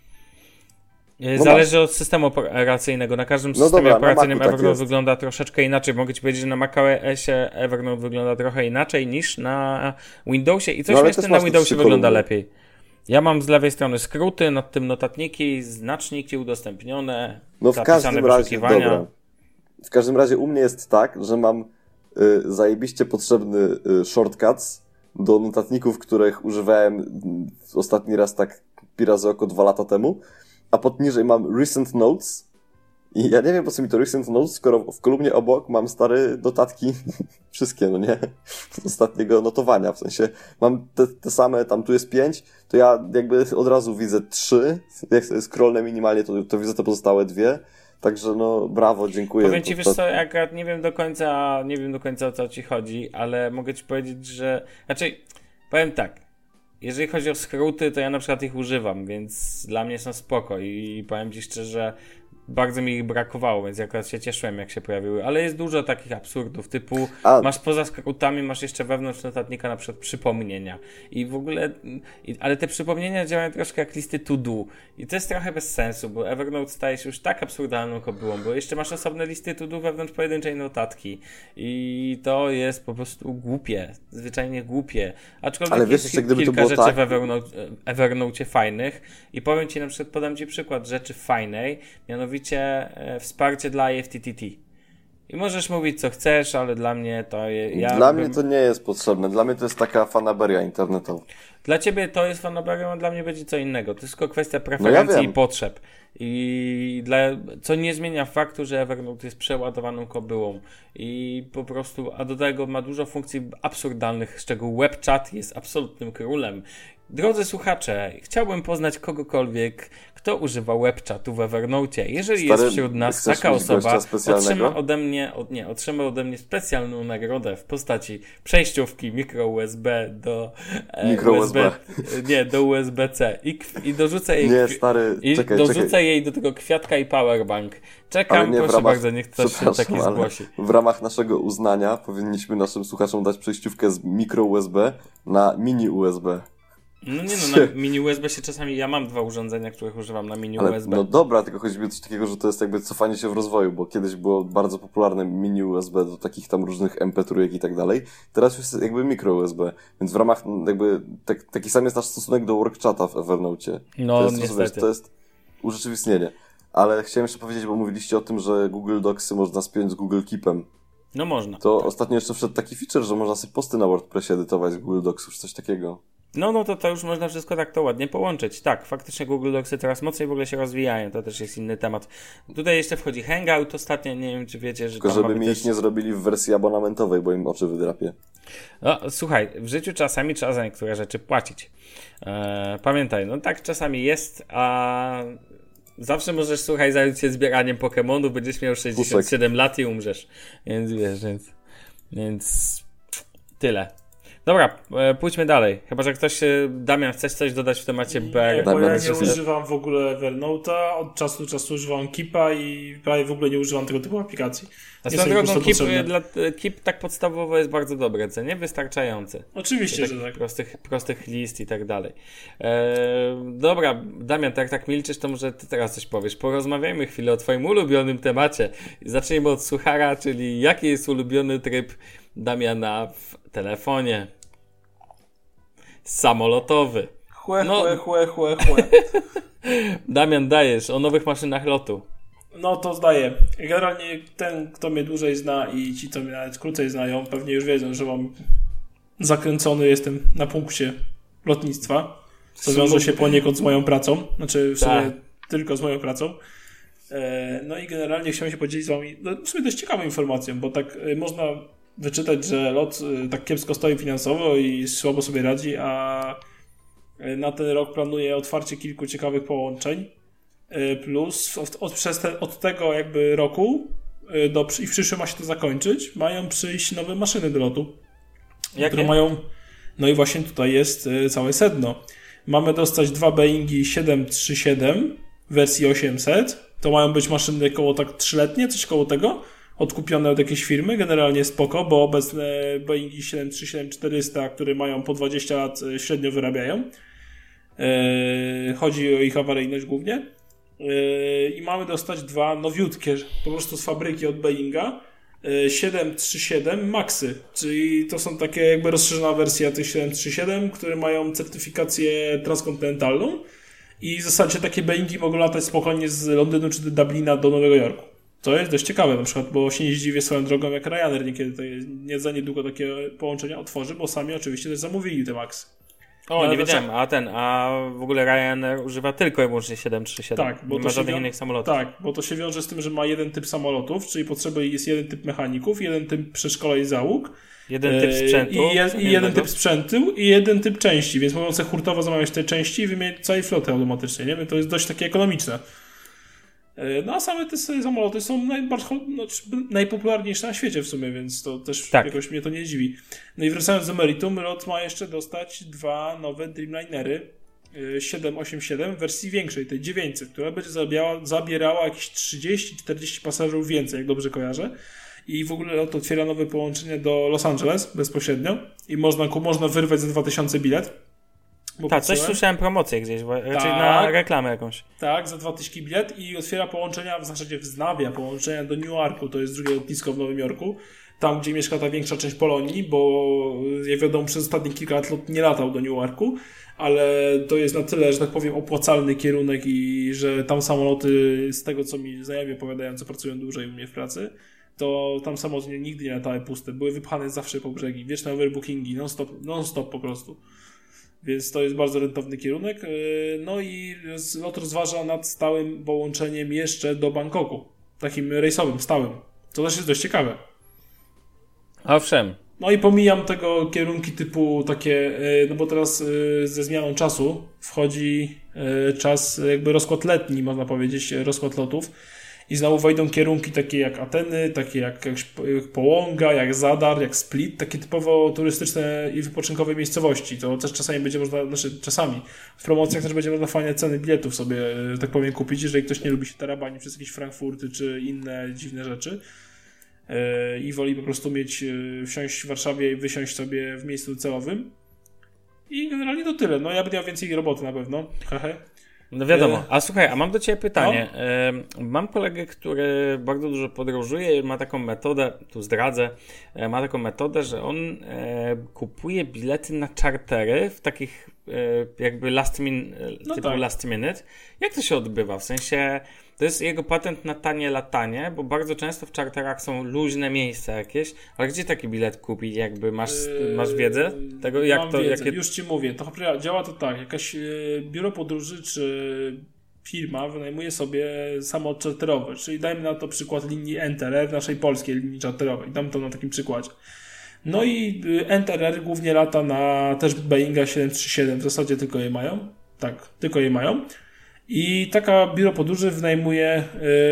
No Zależy masz. Od systemu operacyjnego. Na każdym no systemie dobra, operacyjnym na Evernote tak wygląda troszeczkę inaczej. Mogę ci powiedzieć, że na macOSie Evernote wygląda trochę inaczej niż na Windowsie i coś no, śmieszne na Windowsie wygląda kolumny. Lepiej. Ja mam z lewej strony skróty, nad tym notatniki, znaczniki udostępnione, no w każdym razie, dobra. W każdym razie u mnie jest tak, że mam y, zajebiście potrzebny y, shortcuts do notatników, których używałem ostatni raz tak pi razy oko dwa lata temu, a pod niżej mam recent notes i ja nie wiem po co mi to recent notes, skoro w kolumnie obok mam stare notatki, wszystkie, no nie, z ostatniego notowania, w sensie mam te, te same, tam tu jest pięć, to ja jakby od razu widzę trzy, jak sobie scrollnę minimalnie, to, to widzę te pozostałe dwie, także no brawo, dziękuję. Powiem ci, to, wiesz co, jak nie wiem do końca, nie wiem do końca o co ci chodzi, ale mogę ci powiedzieć, że, znaczy, powiem tak, jeżeli chodzi o skróty, to ja na przykład ich używam, więc dla mnie są spoko i powiem ci szczerze, bardzo mi ich brakowało, więc akurat się cieszyłem, jak się pojawiły, ale jest dużo takich absurdów, typu A. masz poza skrótami, masz jeszcze wewnątrz notatnika na przykład przypomnienia i w ogóle, i, ale te przypomnienia działają troszkę jak listy to do i to jest trochę bez sensu, bo Evernote staje się już tak absurdalną kobyłą, bo jeszcze masz osobne listy to do wewnątrz pojedynczej notatki i to jest po prostu głupie, zwyczajnie głupie, aczkolwiek ale wiesz, jest jeszcze, kilka rzeczy tak... w Evernote, Evernote fajnych i powiem ci, na przykład podam ci przykład rzeczy fajnej, mianowicie wsparcie dla I F T T T. I możesz mówić co chcesz, ale dla mnie to jest... Ja dla bym... mnie to nie jest potrzebne. Dla mnie to jest taka fanaberia internetowa. Dla ciebie to jest fanaberia, a dla mnie będzie co innego. To jest tylko kwestia preferencji no ja i potrzeb. I dla... co nie zmienia faktu, że Evernote jest przeładowaną kobyłą. I po prostu, a do tego ma dużo funkcji absurdalnych, z czego WebChat jest absolutnym królem. Drodzy słuchacze, chciałbym poznać kogokolwiek, kto używa WebChatu w Evernote. Jeżeli Stary, jest wśród nas taka osoba, otrzyma ode mnie, od, nie, otrzyma ode mnie specjalną nagrodę w postaci przejściówki mikro U S B do mikro U S B, nie, do U S B C i, i dorzucę jej nie, stary, i czekaj, dorzucę czekaj. jej do tego kwiatka i powerbank. Czekam, nie, proszę ramach, bardzo, niech ktoś się taki zgłosi. W ramach naszego uznania powinniśmy naszym słuchaczom dać przejściówkę z mikro U S B na mini U S B. No nie no, na mini U S B się czasami, ja mam dwa urządzenia, których używam na mini Ale, U S B. no dobra, tylko chodzi mi o coś takiego, że to jest jakby cofanie się w rozwoju, bo kiedyś było bardzo popularne mini U S B do takich tam różnych em pe trzy i tak dalej. Teraz już jest jakby mikro U S B, więc w ramach jakby tak, taki sam jest nasz stosunek do workchata w Evernote. No to jest, niestety. Wiesz, to jest urzeczywistnienie. Ale chciałem jeszcze powiedzieć, bo mówiliście o tym, że Google Docsy można spiąć z Google Keepem. No można. To tak. Ostatnio jeszcze wszedł taki feature, że można sobie posty na WordPressie edytować z Google Docsów, czy coś takiego. No, no to, to już można wszystko tak to ładnie połączyć. Tak, faktycznie Google Docsy teraz mocniej w ogóle się rozwijają, to też jest inny temat. Tutaj jeszcze wchodzi Hangout ostatnio, nie wiem czy wiecie, że Tylko tam żeby mamy mi też... ich nie zrobili w wersji abonamentowej, bo im oczy wydrapie. No, słuchaj, w życiu czasami trzeba za niektóre rzeczy płacić. Eee, pamiętaj, no tak czasami jest, a zawsze możesz, słuchaj, zająć się zbieraniem Pokemonów, będziesz miał sześćdziesiąt siedem lat i umrzesz. Więc wiesz, więc, więc tyle. Dobra, e, pójdźmy dalej. Chyba, że ktoś, e, Damian, chcesz coś dodać w temacie B R? Nie, bo Damian, ja jest- nie używam w ogóle Evernote'a, od czasu do czasu używam Keepa i prawie w ogóle nie używam tego typu aplikacji. A Nie swoją są mi po drogą, prostu Keep, potrzebne. e, dla, e, Keep tak podstawowo jest bardzo dobre, co nie? Wystarczający. Oczywiście, że Takich tak. prostych, prostych list i tak dalej. E, dobra, Damian, tak tak milczysz, to może ty teraz coś powiesz. Porozmawiajmy chwilę o twoim ulubionym temacie. Zacznijmy od suchara, czyli jaki jest ulubiony tryb Damiana w telefonie? Samolotowy. Chłe, No. chłe, chłe, chłe, chłe. Damian, dajesz o nowych maszynach lotu. No to zdaję. Generalnie ten, kto mnie dłużej zna i ci, co mnie nawet krócej znają, pewnie już wiedzą, że mam zakręcony jestem na punkcie lotnictwa, co wiąże się poniekąd z moją pracą, znaczy w sumie Tak. tylko z moją pracą. E, No i generalnie chciałem się podzielić z wami no, w sumie dość ciekawą informacją, bo tak e, można wyczytać, że lot e, tak kiepsko stoi finansowo i słabo sobie radzi, a e, na ten rok planuje otwarcie kilku ciekawych połączeń. E, Plus od, od, przez te, od tego jakby roku e, do, i w przyszłym ma się to zakończyć, mają przyjść nowe maszyny do lotu, Jakie? które mają, no i właśnie tutaj jest e, całe sedno. Mamy dostać dwa Boeingi siedem trzy siedem w wersji osiemset. To mają być maszyny koło tak trzyletnie, coś koło tego, odkupione od jakiejś firmy, generalnie spoko, bo obecne Boeingi siedem trzy siedem czterysta, które mają po dwadzieścia lat, e, średnio wyrabiają. E, Chodzi o ich awaryjność głównie. E, I mamy dostać dwa nowiutkie, po prostu z fabryki od Boeinga, e, siedem trzy siedem Maxy, czyli to są takie jakby rozszerzona wersja tych siedem trzy siedem, które mają certyfikację transkontynentalną i w zasadzie takie Boeingi mogą latać spokojnie z Londynu czy Dublina do Nowego Jorku. To jest dość ciekawe na przykład, bo się nie zdziwię swoją drogą, jak Ryanair niekiedy to jest, nie za niedługo takie połączenia otworzy, bo sami oczywiście też zamówili te Maxy. O, No, nie to wiedziałem, a ten, a w ogóle Ryanair używa tylko i wyłącznie siedem trzy siedem. Tak, bo nie to ma się żadnych wią- innych samolotów. Tak, bo to się wiąże z tym, że ma jeden typ samolotów, czyli potrzeby jest jeden typ mechaników, jeden typ przeszkoleń i załóg. Jeden typ Yy, sprzętu. I, je, i jeden zmiennego. typ sprzętu i jeden typ części, więc mogą sobie hurtowo zamawiać te części i wymienić całej floty automatycznie, nie? To jest dość takie ekonomiczne. Yy, No a same te samoloty są najbardziej, no, najpopularniejsze na świecie w sumie, więc to też Tak. jakoś mnie to nie dziwi. No i wracając do meritum, lot ma jeszcze dostać dwa nowe Dreamlinery yy, siedem osiem siedem w wersji większej, tej dziewięćset, która będzie zabierała, zabierała jakieś trzydzieści czterdzieści pasażerów więcej, jak dobrze kojarzę. I w ogóle lot otwiera nowe połączenie do Los Angeles bezpośrednio i można, można wyrwać za dwa tysiące bilet. Bo Tak, coś patrzyłem. słyszałem promocję gdzieś, bo- raczej Tak. na reklamę jakąś. Tak, za dwa tysiące bilet i otwiera połączenia, w zasadzie wznawia połączenia do Newarku, to jest drugie lotnisko w Nowym Jorku, tam gdzie mieszka ta większa część Polonii, bo jak wiadomo przez ostatnie kilka lat lot nie latał do Newarku, ale to jest na tyle, że tak powiem, opłacalny kierunek i że tam samoloty, z tego co mi znajomi opowiadają, co pracują dłużej u mnie w pracy, to tam samoloty nigdy nie latały puste, były wypchane zawsze po brzegi, wieczne overbookingi, non-stop, non-stop po prostu. Więc to jest bardzo rentowny kierunek. No i lot rozważa nad stałym połączeniem jeszcze do Bangkoku. Takim rejsowym, stałym. To też jest dość ciekawe. Owszem. No i pomijam tego kierunki typu takie, no bo teraz ze zmianą czasu wchodzi czas, jakby rozkład letni, można powiedzieć, rozkład lotów. I znowu wejdą kierunki takie jak Ateny, takie jak, jak Połąga, jak Zadar, jak Split, takie typowo turystyczne i wypoczynkowe miejscowości. To też czasami będzie można, znaczy czasami w promocjach też będzie można fajne ceny biletów sobie, tak powiem, kupić, jeżeli ktoś nie lubi się tarabanić przez jakieś Frankfurty czy inne dziwne rzeczy yy, i woli po prostu mieć, yy, wsiąść w Warszawie i wysiąść sobie w miejscu docelowym. I generalnie to tyle. No ja będę miał więcej roboty na pewno. Hehe. No wiadomo. A słuchaj, a mam do ciebie pytanie. No? Mam kolegę, który bardzo dużo podróżuje i ma taką metodę, tu zdradzę, ma taką metodę, że on kupuje bilety na czartery w takich jakby last min, no typu tak. last minute. Jak to się odbywa? W sensie to jest jego patent na tanie latanie, bo bardzo często w czarterach są luźne miejsca jakieś, ale gdzie taki bilet kupić? Jakby masz, masz wiedzę tego, jak Mam to... wiedzę. Jakie... Już ci mówię. To działa to tak. Jakaś biuro podróży czy firma wynajmuje sobie samolot czarterowy, czyli dajmy na to przykład linii N T R, naszej polskiej linii czarterowej. Dam to na takim przykładzie. No i N T R głównie lata na też Boeinga siedem trzy siedem, w zasadzie tylko je mają. Tak, tylko je mają. I taka biuro podróży wynajmuje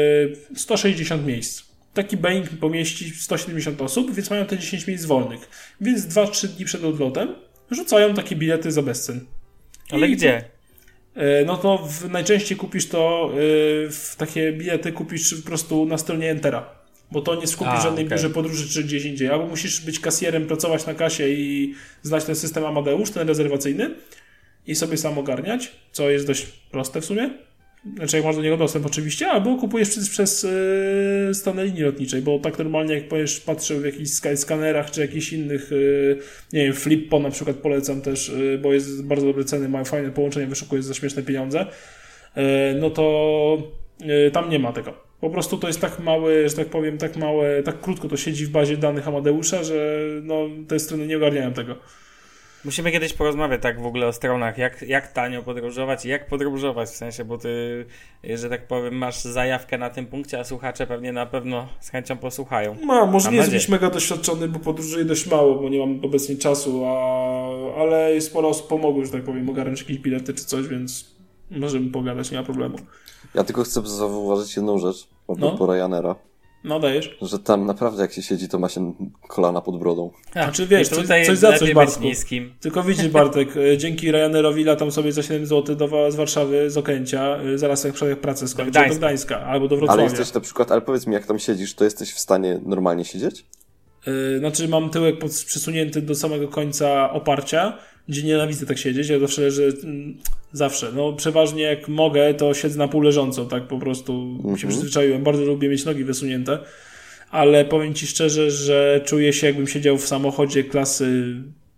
y, sto sześćdziesiąt miejsc. Taki Boeing pomieści sto siedemdziesiąt osób, więc mają te dziesięć miejsc wolnych. Więc dwa trzy dni przed odlotem rzucają takie bilety za bezcen. Ale I gdzie? To, y, no to w, najczęściej kupisz to, y, w takie bilety kupisz po prostu na stronie Entera. Bo to nie skupisz A, żadnej okay. biurze podróży czy gdzieś indziej. Albo musisz być kasjerem, pracować na kasie i znać ten system Amadeusz, ten rezerwacyjny i sobie sam ogarniać, co jest dość proste w sumie. Znaczy jak masz do niego dostęp oczywiście, albo kupujesz przez, przez yy, stronę linii lotniczej, bo tak normalnie jak powiesz, patrzę w jakichś skanerach czy jakichś innych, yy, nie wiem, Flippo na przykład polecam też, yy, bo jest bardzo dobre ceny, mają fajne połączenie, wyszukuje za śmieszne pieniądze, yy, no to yy, tam nie ma tego. Po prostu to jest tak mały, że tak powiem, tak małe, tak krótko to siedzi w bazie danych Amadeusza, że no, te strony nie ogarniają tego. Musimy kiedyś porozmawiać tak w ogóle o stronach, jak, jak tanio podróżować i jak podróżować, w sensie, bo ty, że tak powiem, masz zajawkę na tym punkcie, a słuchacze pewnie na pewno z chęcią posłuchają. No, może Mam nie jest nadzieję. jakiś mega doświadczony, bo podróżuję dość mało, bo nie mam obecnie czasu, a... ale sporo osób pomogło, że tak powiem, ogarnąć jakieś bilety czy coś, więc możemy pogadać, nie ma problemu. Ja tylko chcę zauważyć jedną rzecz, a No. propos Ryanaira, No dajesz. że tam naprawdę jak się siedzi, to ma się kolana pod brodą. A, Znaczy, wiesz, i coś- tutaj coś za coś, lepiej być Bartku. niskim. Tylko widzisz, Bartek, dzięki Ryanairowi latam sobie za siedem złotych do, z Warszawy, z Okęcia, zaraz jak jak pracę skończę, do Gdańska. Gdańska albo do Ale Wrocławia. jesteś na przykład, ale powiedz mi, jak tam siedzisz, to jesteś w stanie normalnie siedzieć? Yy, znaczy mam tyłek pod, przysunięty do samego końca oparcia, gdzie nienawidzę tak siedzieć, ja zawsze leżę, mm, zawsze, no przeważnie jak mogę, to siedzę na pół leżąco, tak po prostu Mhm. się przyzwyczaiłem, bardzo lubię mieć nogi wysunięte, ale powiem Ci szczerze, że czuję się jakbym siedział w samochodzie klasy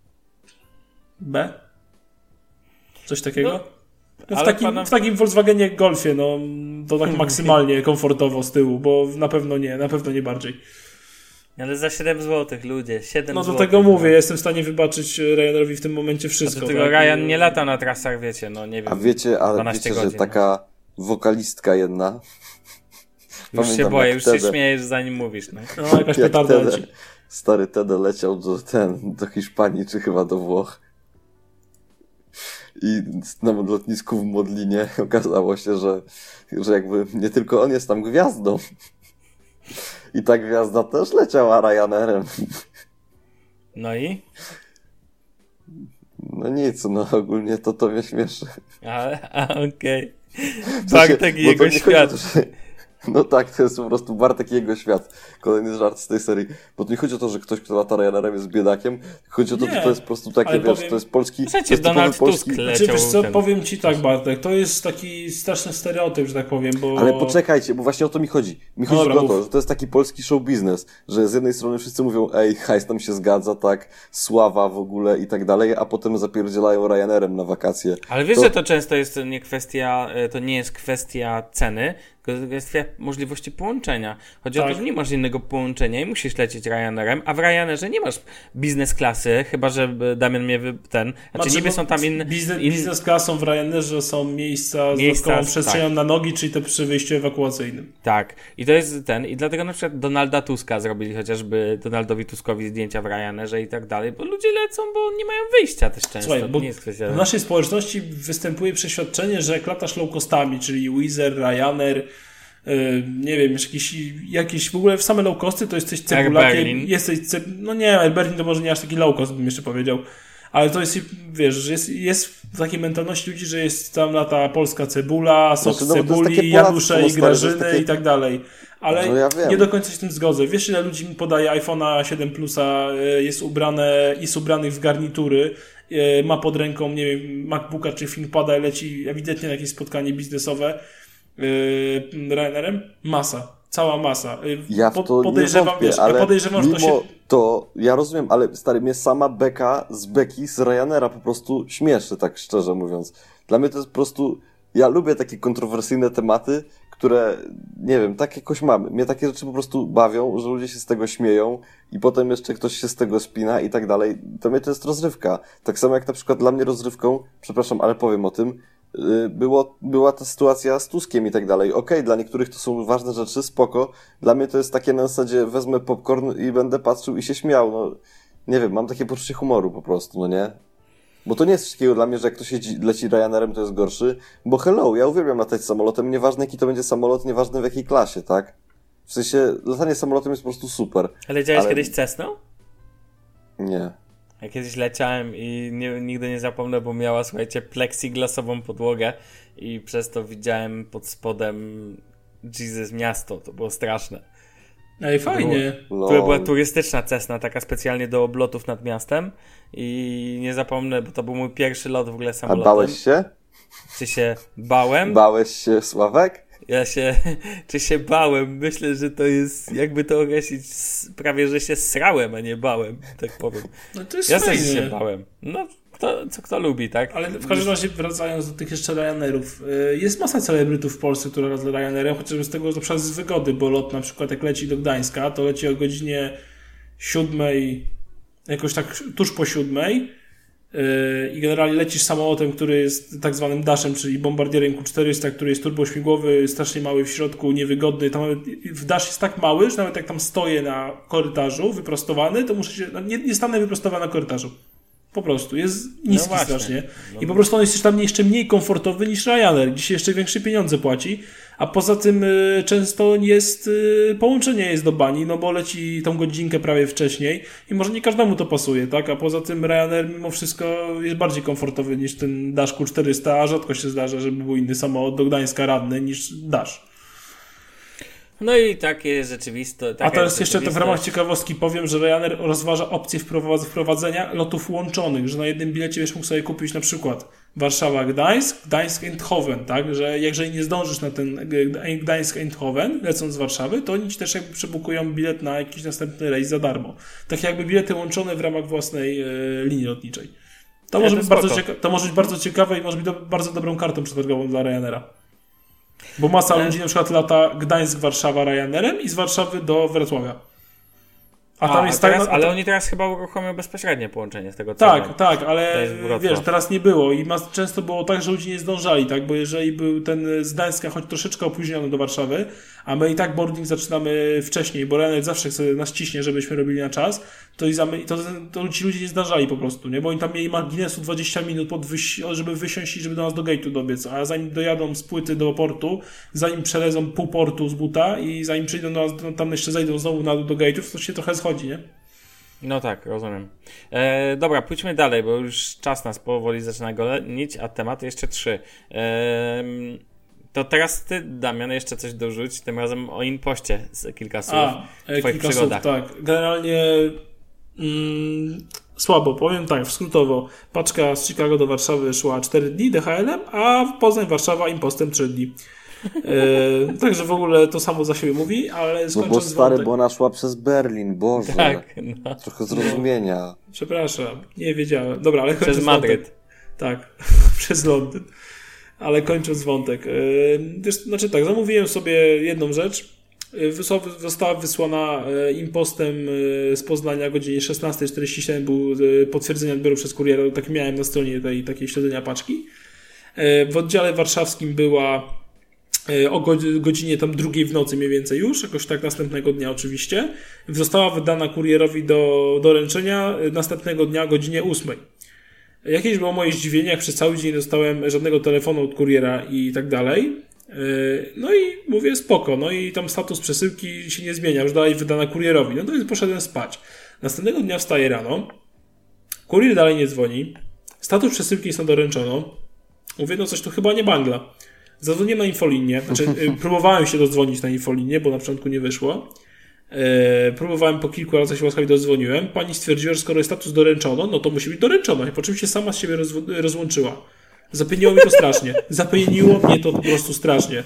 B? Coś takiego? No, No, w, ale takim, pana- w takim Volkswagenie Golfie, no to tak maksymalnie komfortowo z tyłu, bo na pewno nie, na pewno nie bardziej. Ale za siedem złotych, ludzie, siedem No do złotych. tego mówię, jestem w stanie wybaczyć Ryanairowi w tym momencie A wszystko. do tego tak? Ryan nie lata na trasach, wiecie, no nie wiem. A wiecie, ale dwanaście wiecie, godzin, że taka wokalistka jedna... Już się pamiętam, boję, jak już się wtedy- śmiejesz zanim mówisz, no. No jakaś jak petarda Tede, leci. stary Tede leciał do, ten, do Hiszpanii, czy chyba do Włoch. I na lotnisku w Modlinie okazało się, że, że jakby nie tylko on jest tam gwiazdą. I ta gwiazda też leciała Ryanairem. No i? No nic, no ogólnie to to mnie śmieszy. A, a okej. W sensie, Bartek i bo jego to nie chodzi o to, świat. że- No tak, to jest po prostu Bartek i jego świat. Kolejny żart z tej serii. Bo to nie chodzi o to, że ktoś, kto lata Ryanairem jest biedakiem. Chodzi o to, Nie, że to jest po prostu takie, ale wiesz, powiem- to jest polski... Przecież to jest typowy Donald polski... Tusk le- Znaczy, wiesz co, ten- powiem Ci tak, Bartek, to jest taki straszny stereotyp, że tak powiem, bo... Ale poczekajcie, bo właśnie o to mi chodzi. Mi chodzi Dobra, tylko o to, mów. że to jest taki polski show biznes, że z jednej strony wszyscy mówią, ej, hajs nam się zgadza, tak, sława w ogóle i tak dalej, a potem zapierdzielają Ryanairem na wakacje. Ale wiesz, To- że to często jest nie kwestia, e, to nie jest kwestia ceny, tylko kwestia możliwości połączenia. Chodzi o Tak. to, że nie masz innego połączenia i musisz lecieć Ryanairem, a w Ryanairze nie masz biznes klasy, chyba że e, Damian mnie wy, ten, znaczy Znaczy, niby bo są tam inne... Biznes, in, biznes klasą w Ryanairze są miejsca z Miejsca, dodatkową przestrzenią tak. na nogi, czyli te przy wyjściu ewakuacyjnym. Tak. I to jest ten, i dlatego na przykład Donalda Tuska zrobili chociażby Donaldowi Tuskowi zdjęcia w Ryanairze i tak dalej, bo ludzie lecą, bo nie mają wyjścia też często. Słuchaj, to bo nie jest kwestia... w naszej społeczności występuje przeświadczenie, że jak latasz low costami, czyli Wizz Air, Ryanair, yy, nie wiem, jakieś, jakieś w ogóle w same low costy to jesteś cebulakiem, Berlin. jesteś ce, no nie, Air Berlin to może nie aż taki low cost, bym jeszcze powiedział, ale to jest, wiesz, że jest, jest w takiej mentalności ludzi, że jest tam lata polska cebula, sok Znaczy, no, bo to jest cebuli, takie Janusze Polactwo, i stary, to jest Grażyny takie- i tak dalej. ale no ja nie do końca się z tym zgodzę. Wiesz, ile ludzi mi podaje iPhone'a siedem Plusa, jest ubrane, jest ubranych w garnitury, ma pod ręką, nie wiem, MacBooka czy ThinkPada i leci ewidentnie na jakieś spotkanie biznesowe yy, Ryanerem? Masa. Cała masa. Ja w to po, podejrzewam, nie wątpię, wiesz, ale ja podejrzewam, mimo że to się... to, ja rozumiem, ale stary, mnie sama beka z beki z Ryanaira po prostu śmieszy, tak szczerze mówiąc. Dla mnie to jest po prostu, ja lubię takie kontrowersyjne tematy, które, nie wiem, tak jakoś mamy. Mnie takie rzeczy po prostu bawią, że ludzie się z tego śmieją i potem jeszcze ktoś się z tego spina i tak dalej. To mnie to jest rozrywka. Tak samo jak na przykład dla mnie rozrywką, przepraszam, ale powiem o tym, Było, była ta sytuacja z Tuskiem i tak dalej. Okej, okay, dla niektórych to są ważne rzeczy, spoko. Dla mnie to jest takie na zasadzie, wezmę popcorn i będę patrzył i się śmiał. No, nie wiem, mam takie poczucie humoru po prostu, no nie? Bo to nie jest coś takiego dla mnie, że jak ktoś jeździ, leci Ryanerem, to jest gorszy. Bo hello, ja uwielbiam latać samolotem, nieważne jaki to będzie samolot, nieważne w jakiej klasie, tak? W sensie, latanie samolotem jest po prostu super. Ale leciałeś ale... kiedyś Cessną? Nie. Ja kiedyś leciałem i nie, nigdy nie zapomnę, bo miała, słuchajcie, plexiglasową podłogę i przez to widziałem pod spodem Jesus miasto. To było straszne. Ej, fajnie. To, to była turystyczna Cessna, taka specjalnie do oblotów nad miastem i nie zapomnę, bo to był mój pierwszy lot w ogóle samolotem. A bałeś się? Czy się bałem? Bałeś się, Sławek? Ja się, czy się bałem? Myślę, że to jest, jakby to określić, prawie, że się srałem, a nie bałem, tak powiem. No to jest ja fajnie. też się bałem. No, kto, co kto lubi, tak? Ale w każdym razie, wracając do tych jeszcze Ryanerów, jest masa celebrytów w Polsce, które lat Ryanerem, chociażby z tego, że na przykład z wygody, bo lot na przykład jak leci do Gdańska, to leci o godzinie siódmej, jakoś tak tuż po siódmej, i generalnie lecisz samolotem, który jest tak zwanym daszem, czyli bombardierem Q czterysta, który jest turbośmigłowy, strasznie mały w środku, niewygodny. Tam nawet, w dasz jest tak mały, że nawet jak tam stoję na korytarzu wyprostowany, to muszę się, nie, nie stanę wyprostowany na korytarzu. Po prostu. Jest niski no strasznie. No. I po prostu on jest tam jeszcze mniej komfortowy niż Ryanair, gdzie się jeszcze większe pieniądze płaci. A poza tym y, często jest y, połączenie jest do bani, no bo leci tą godzinkę prawie wcześniej i może nie każdemu to pasuje, tak? A poza tym Ryanair mimo wszystko jest bardziej komfortowy niż ten Dash Q czterysta, a rzadko się zdarza, żeby był inny samolot do Gdańska radny niż Dash. No i takie jest rzeczywiste. A teraz jeszcze to w ramach ciekawostki powiem, że Ryanair rozważa opcję wprowadzenia lotów łączonych, że na jednym bilecie będziesz mógł sobie kupić na przykład Warszawa-Gdańsk, Gdańsk-Eindhoven, tak? Że jeżeli nie zdążysz na ten Gdańsk-Eindhoven, lecąc z Warszawy, to oni ci też jakby przebukują bilet na jakiś następny rejs za darmo. Tak jakby bilety łączone w ramach własnej e, linii lotniczej. To, ja może to, być bardzo cieka- to może być bardzo ciekawe i może być do- bardzo dobrą kartą przetargową dla Ryanaira. Bo masa Ale... ludzi na przykład lata Gdańsk-Warszawa Ryanerem i z Warszawy do Wrocławia. A, a tam jest a teraz, tak, no, ale to... oni teraz chyba uruchomią bezpośrednie połączenie z tego co Tak, wiem. tak, ale wiesz, teraz nie było i mas- często było tak, że ludzie nie zdążali, tak, bo jeżeli był ten z Gdańska choć troszeczkę opóźniony do Warszawy, a my i tak boarding zaczynamy wcześniej, bo Ryanair zawsze chce nas ciśnie, żebyśmy robili na czas, to, i zamy- to, to ci ludzie nie zdążali po prostu, nie, bo oni tam mieli marginesu dwadzieścia minut, pod wysi- żeby wysiąść i żeby do nas do gate'u dobiec, a zanim dojadą z płyty do portu, zanim przelezą pół portu z buta i zanim przyjdą do nas, tam jeszcze zajdą znowu na, do gate'ów, to się trochę schodzi, nie? No tak, rozumiem. E, dobra, pójdźmy dalej, bo już czas nas powoli zaczyna gonić, a tematy jeszcze trzy. E, to teraz ty, Damian, jeszcze coś dorzuć, tym razem o Impoście z kilka słów a, w twoich kilka przygodach. Słów, tak. Generalnie mm, słabo, powiem tak, skrótowo. Paczka z Chicago do Warszawy szła cztery dni D H L-em, a w Poznań, Warszawa Impostem trzy dni. E, także w ogóle to samo za siebie mówi, ale no bo stary, wątek... bo ona szła przez Berlin, Boże. Tak, no. Trochę zrozumienia. Przepraszam, nie wiedziałem. Dobra, ale przez Madryt. Wątek. Tak, przez Londyn. Ale kończąc wątek. E, wiesz, znaczy tak, zamówiłem sobie jedną rzecz. Została wysłana impostem z Poznania o godzinie szesnasta czterdzieści siedem. Był potwierdzenie odbioru przez kuriera. Tak miałem na stronie tej takiej śledzenia paczki. W oddziale warszawskim była o godzinie tam drugiej w nocy mniej więcej już, jakoś tak następnego dnia oczywiście. Została wydana kurierowi do doręczenia następnego dnia o godzinie ósmej. Jakieś było moje zdziwienie, jak przez cały dzień nie dostałem żadnego telefonu od kuriera i tak dalej. No i mówię spoko, no i tam status przesyłki się nie zmienia, już dalej wydana kurierowi. No to więc poszedłem spać. Następnego dnia wstaję rano, kurier dalej nie dzwoni, status przesyłki jest na doręczono. Mówię, no coś tu chyba nie bangla. Zadzwoniłem na infolinię, znaczy próbowałem się dodzwonić na infolinię, bo na początku nie wyszło. E, próbowałem po kilku razach się łaskawie dodzwoniłem. Pani stwierdziła, że skoro jest status doręczono, no to musi być doręczono. I po czym się sama z siebie rozw- rozłączyła. Zapieniło mnie to strasznie. Zapieniło mnie to po prostu strasznie.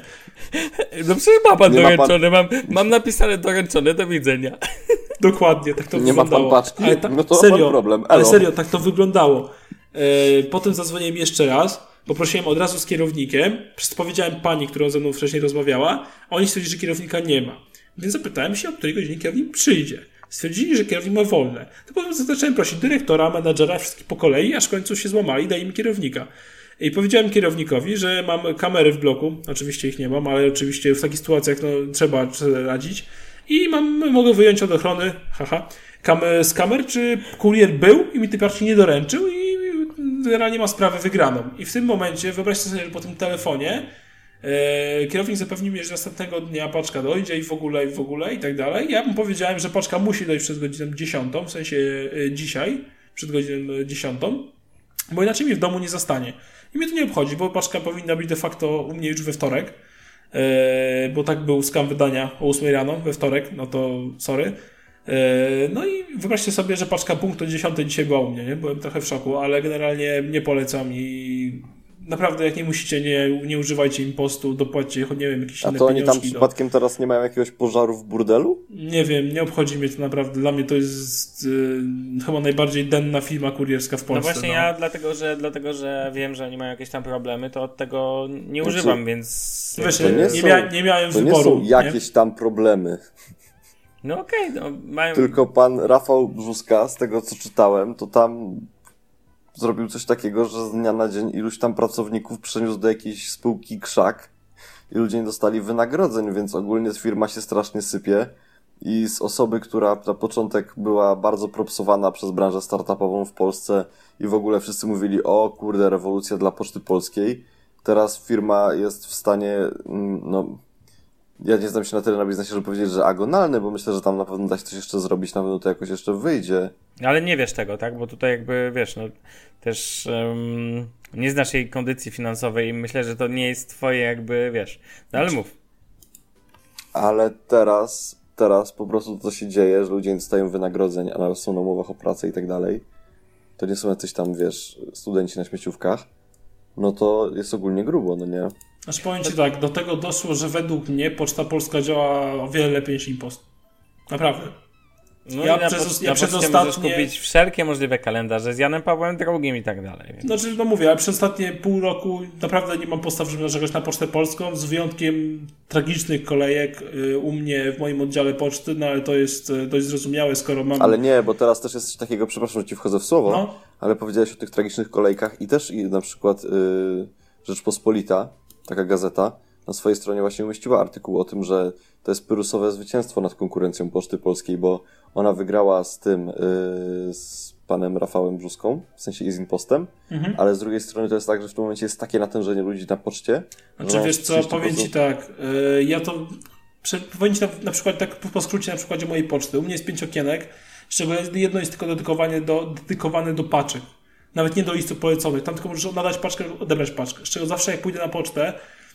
No przecież ma pan Nie doręczony, ma mam, mam napisane doręczone, do widzenia. Dokładnie, tak to Nie ma wyglądało. pan paczki? Ale ta, No to serio, pan problem. Elo. ale serio, tak to wyglądało. E, potem zadzwoniłem jeszcze raz, poprosiłem od razu z kierownikiem, powiedziałem pani, którą ze mną wcześniej rozmawiała, a oni stwierdzili, że kierownika nie ma. Więc zapytałem się, o której godzinie kierownik przyjdzie. Stwierdzili, że kierownik ma wolne. To potem zacząłem prosić dyrektora, menadżera, wszystkich po kolei, aż w końcu się złamali, dali mi kierownika. I powiedziałem kierownikowi, że mam kamery w bloku, oczywiście ich nie mam, ale oczywiście w takich sytuacjach no, trzeba radzić. I mam, mogę wyjąć od ochrony, haha, kam, z kamer, czy kurier był i mi tej partii nie doręczył i generalnie ma sprawę wygraną. I w tym momencie, wyobraźcie sobie, że po tym telefonie e, kierownik zapewnił mi, że następnego dnia paczka dojdzie i w ogóle, i w ogóle, i tak dalej. Ja mu powiedziałem, że paczka musi dojść przed godziną dziesiątą, w sensie e, dzisiaj, przed godziną dziesiątą, bo inaczej mnie w domu nie zastanie. I mnie to nie obchodzi, bo paczka powinna być de facto u mnie już we wtorek, e, bo tak był skam wydania o ósmej rano we wtorek, no to sorry. No i wyobraźcie sobie, że paczka punkt o dziesiątej dzisiaj była u mnie, nie? Byłem trochę w szoku, ale generalnie nie polecam i naprawdę jak nie musicie, nie, nie używajcie impostu, dopłaćcie, nie wiem, jakieś A inne to oni tam do... przypadkiem teraz nie mają jakiegoś pożaru w burdelu? Nie wiem, nie obchodzi mnie to naprawdę, dla mnie to jest y, chyba najbardziej denna firma kurierska w Polsce. No właśnie no. ja dlatego że, dlatego, że wiem, że oni mają jakieś tam problemy, to od tego nie Znaczy, używam, więc... Wiesz, To nie nie, są- mia- nie miałem To nie wyboru. są jakieś tam problemy. No okej, okay, no mają... Tylko pan Rafał Brzuska, z tego co czytałem, to tam zrobił coś takiego, że z dnia na dzień iluś tam pracowników przeniósł do jakiejś spółki krzak i ludzie nie dostali wynagrodzeń, więc ogólnie firma się strasznie sypie i z osoby, która na początek była bardzo propsowana przez branżę startupową w Polsce i w ogóle wszyscy mówili, o kurde, rewolucja dla Poczty Polskiej, teraz firma jest w stanie, no... Ja nie znam się na tyle na biznesie, żeby powiedzieć, że agonalny, bo myślę, że tam na pewno da się coś jeszcze zrobić, na pewno to jakoś jeszcze wyjdzie. Ale nie wiesz tego, tak? Bo tutaj jakby, wiesz, no też um, nie znasz jej kondycji finansowej i myślę, że to nie jest twoje jakby, wiesz, no ale mów. Ale teraz, teraz po prostu to się dzieje, że ludzie nie dostają wynagrodzeń, a nawet są na umowach o pracę i tak dalej. To nie są jacyś tam, wiesz, studenci na śmieciówkach. No to jest ogólnie grubo, no nie? Aż powiem ci tak, do tego doszło, że według mnie Poczta Polska działa o wiele lepiej niż Impost. Naprawdę. No Ja i na, przez- poc- ja na przez poczcie ostatnie- możesz kupić wszelkie możliwe kalendarze z Janem Pawłem drugim i tak dalej. Więc... Znaczy, no mówię, ale przez ostatnie pół roku naprawdę nie mam postaw, żeby narzekać na Pocztę Polską, z wyjątkiem tragicznych kolejek y, u mnie w moim oddziale poczty, no ale to jest y, dość zrozumiałe, skoro mam... Ale nie, bo teraz też jest coś takiego, przepraszam, że ci wchodzę w słowo, No. ale powiedziałeś o tych tragicznych kolejkach i też i na przykład yy, Rzeczpospolita, taka gazeta, na swojej stronie właśnie umieściła artykuł o tym, że to jest pyrusowe zwycięstwo nad konkurencją Poczty Polskiej, bo ona wygrała z tym, yy, z panem Rafałem Brzuską, w sensie i z Impostem, Mhm. ale z drugiej strony to jest tak, że w tym momencie jest takie natężenie ludzi na poczcie. Znaczy, wiesz co, powiem ci tak, y, ja to... Prze- powiem ci na, na przykład tak po skrócie na przykładzie mojej poczty. U mnie jest pięć okienek, z czego jedno jest tylko dedykowane do, dedykowane do paczek. Nawet nie do listów poleconych. Tam tylko możesz nadać paczkę, odebrać paczkę. Z czego zawsze jak pójdę na pocztę,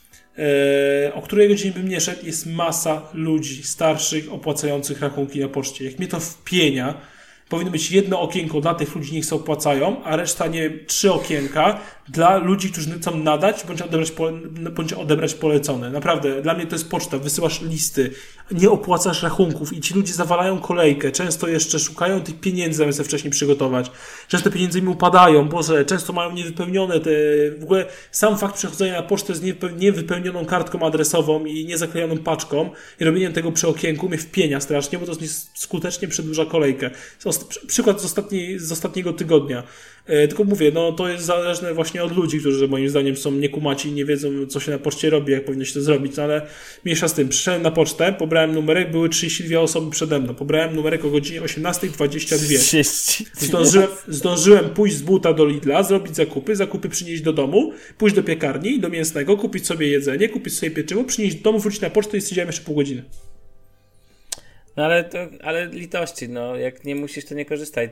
Yy, o której godzinie bym nie szedł, jest masa ludzi starszych, opłacających rachunki na poczcie. Jak mnie to wpienia, powinno być jedno okienko dla tych ludzi, niech się opłacają, a reszta nie trzy okienka dla ludzi, którzy chcą nadać bądź odebrać, pole, bądź odebrać polecone. Naprawdę, dla mnie to jest poczta. Wysyłasz listy, nie opłacasz rachunków i ci ludzie zawalają kolejkę. Często jeszcze szukają tych pieniędzy, zamiast je wcześniej przygotować. Często pieniądze im upadają, Boże, często mają niewypełnione te... W ogóle sam fakt przechodzenia na pocztę z niewypełnioną kartką adresową i niezaklejoną paczką i robieniem tego przy okienku mnie wpienia strasznie, bo to skutecznie przedłuża kolejkę. Przykład z, ostatniej, z ostatniego tygodnia. E, tylko mówię, no to jest zależne właśnie od ludzi, którzy moim zdaniem są niekumaci i nie wiedzą, co się na poczcie robi, jak powinno się to zrobić, no ale mniejsza z tym. Przyszedłem na pocztę, pobrałem numerek, były trzydzieści dwie osoby przede mną. Pobrałem numerek o godzinie osiemnasta dwadzieścia dwa. Zdążyłem, zdążyłem pójść z buta do Lidla, zrobić zakupy, zakupy przynieść do domu, pójść do piekarni i do mięsnego, kupić sobie jedzenie, kupić sobie pieczywo, przynieść do domu, wrócić na pocztę i siedziałem jeszcze pół godziny. No ale, to, ale litości, no jak nie musisz, to nie korzystaj.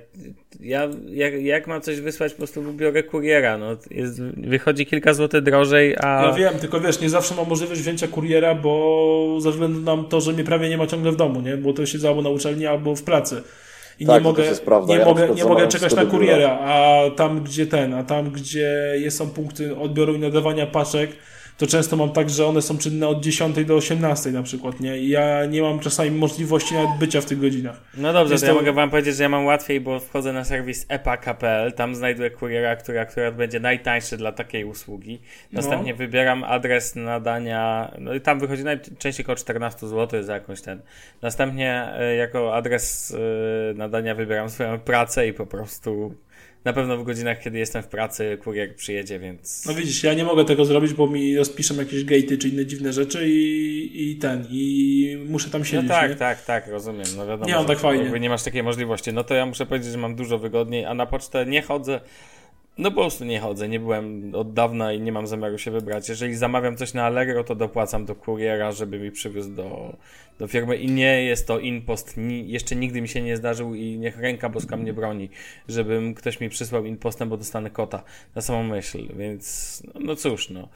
Ja jak, jak mam coś wysłać, po prostu biorę kuriera, no jest, wychodzi kilka złotych drożej, a... Ja wiem, tylko wiesz, nie zawsze mam możliwość wzięcia kuriera, bo ze względu na to, że mnie prawie nie ma ciągle w domu, nie? Bo to się albo na uczelni, albo w pracy. I tak, nie mogę, prawda. nie ja mogę, nie mogę czekać na biura. kuriera, a tam gdzie ten, a tam gdzie są punkty odbioru i nadawania paczek, to często mam tak, że one są czynne od dziesiątej do osiemnastej na przykład, nie? I ja nie mam czasami możliwości nawet bycia w tych godzinach. No dobrze, Jest to ja to... mogę wam powiedzieć, że ja mam łatwiej, bo wchodzę na serwis epak kropka pe el, tam znajduję kuriera, który akurat będzie najtańszy dla takiej usługi. Następnie no. wybieram adres nadania, no i tam wychodzi najczęściej około czternaście złotych za jakąś ten. Następnie y, jako adres y, nadania wybieram swoją pracę i po prostu... Na pewno w godzinach, kiedy jestem w pracy, kurier przyjedzie, więc... No widzisz, ja nie mogę tego zrobić, bo mi rozpiszą jakieś gatey czy inne dziwne rzeczy i, i ten, i muszę tam siedzieć, No tak, nie? tak, tak, rozumiem. No wiadomo, nie mam tak fajnie. Jakby nie masz takiej możliwości. No to ja muszę powiedzieć, że mam dużo wygodniej, a na pocztę nie chodzę. No po prostu nie chodzę, nie byłem od dawna i nie mam zamiaru się wybrać. Jeżeli zamawiam coś na Allegro, to dopłacam do kuriera, żeby mi przywiózł do, do firmy i nie jest to impost. Ni, jeszcze nigdy mi się nie zdarzył i niech ręka boska mnie broni, żebym ktoś mi przysłał impostem, bo dostanę kota na samą myśl, więc no, no cóż, no.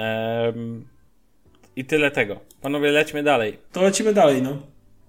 Ehm, I tyle tego. Panowie, lećmy dalej. To lecimy dalej, no.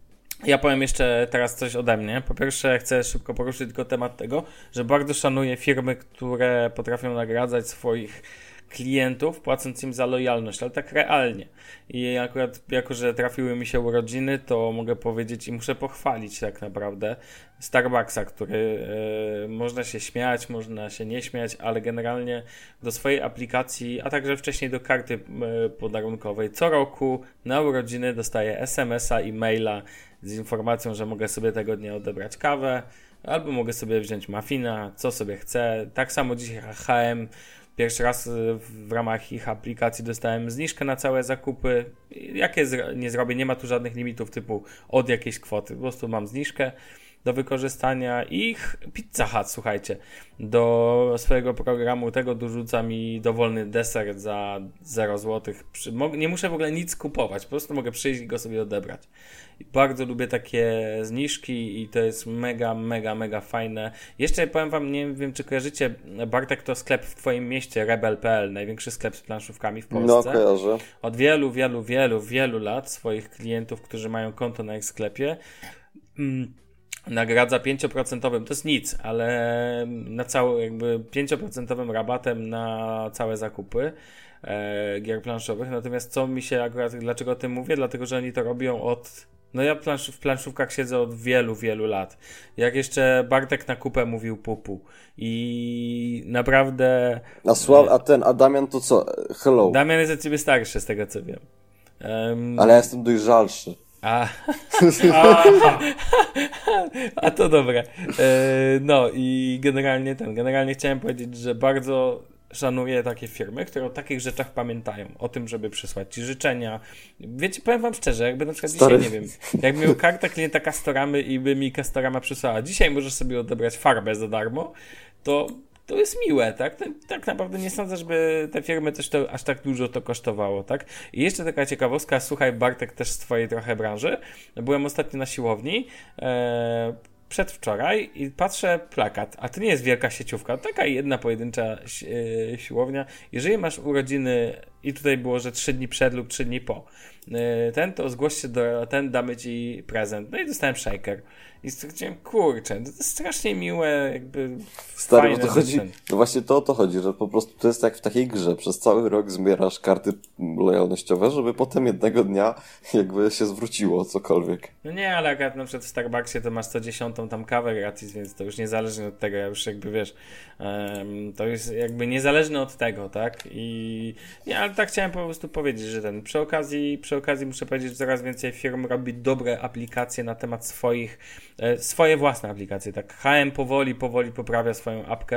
Ja powiem jeszcze teraz coś ode mnie. Po pierwsze, chcę szybko poruszyć tylko temat tego, że bardzo szanuję firmy, które potrafią nagradzać swoich klientów, płacąc im za lojalność, ale tak realnie. I akurat, jako że trafiły mi się urodziny, to mogę powiedzieć i muszę pochwalić tak naprawdę Starbucksa, który e, można się śmiać, można się nie śmiać, ale generalnie do swojej aplikacji, a także wcześniej do karty e, podarunkowej co roku na urodziny dostaję es em es a i maila z informacją, że mogę sobie tego dnia odebrać kawę, albo mogę sobie wziąć muffina, co sobie chcę. Tak samo dzisiaj H and M. Pierwszy raz w ramach ich aplikacji dostałem zniżkę na całe zakupy. Jakie nie zrobię, nie ma tu żadnych limitów typu od jakiejś kwoty. Po prostu mam zniżkę do wykorzystania. I Pizza Hut, słuchajcie, do swojego programu tego dorzuca mi dowolny deser za zero złotych. Nie muszę w ogóle nic kupować, po prostu mogę przyjść i go sobie odebrać. I bardzo lubię takie zniżki i to jest mega, mega, mega fajne. Jeszcze powiem wam, nie wiem czy kojarzycie, Bartek, to sklep w twoim mieście, rebel kropka pe el, największy sklep z planszówkami w Polsce. No, kojarzę. Od wielu, wielu, wielu, wielu lat swoich klientów, którzy mają konto na ich sklepie, mm, nagradza pięć procent, to jest nic, ale na cały, jakby pięć procent rabatem na całe zakupy e, gier planszowych. Natomiast co mi się akurat, dlaczego o tym mówię? Dlatego, że oni to robią od, no ja plansz, w planszówkach siedzę od wielu, wielu lat. Jak jeszcze Bartek na kupę mówił pupu. I naprawdę... A, Sław, a ten, a Damian to co? Hello. Damian jest od ciebie starszy, z tego co wiem. Um, ale ja jestem dojrzalszy. A, a to dobre. E, no i generalnie ten, generalnie chciałem powiedzieć, że bardzo szanuję takie firmy, które o takich rzeczach pamiętają. O tym, żeby przysłać ci życzenia. Wiecie, powiem wam szczerze, jakby na przykład Stary. dzisiaj, nie wiem, jakbym miał kartę klienta Castoramy i by mi Castorama przysłała, dzisiaj możesz sobie odebrać farbę za darmo, to to jest miłe, tak? Tak naprawdę nie sądzę, żeby te firmy też to aż tak dużo to kosztowało, tak? I jeszcze taka ciekawostka, słuchaj Bartek, też z twojej trochę branży. Byłem ostatnio na siłowni, e, przedwczoraj i patrzę plakat, a to nie jest wielka sieciówka, taka jedna pojedyncza si- e, siłownia. Jeżeli masz urodziny i tutaj było, że trzy dni przed lub trzy dni po, e, ten to zgłoś się do ten, damy ci prezent. No i dostałem shaker. I stwierdziłem, kurczę, to jest strasznie miłe, jakby Stary, bo to chodzi, no właśnie to o to chodzi, że po prostu to jest jak w takiej grze, przez cały rok zbierasz karty lojalnościowe, żeby potem jednego dnia jakby się zwróciło cokolwiek. No nie, ale jak na przykład w Starbucksie to masz co dziesiątą tam kawę gratis, więc to już niezależnie od tego, ja już jakby wiesz, um, to jest jakby niezależne od tego, tak? I nie, ale tak chciałem po prostu powiedzieć, że ten, przy okazji, przy okazji muszę powiedzieć, że coraz więcej firm robi dobre aplikacje na temat swoich swoje własne aplikacje, tak H and M powoli, powoli poprawia swoją apkę, która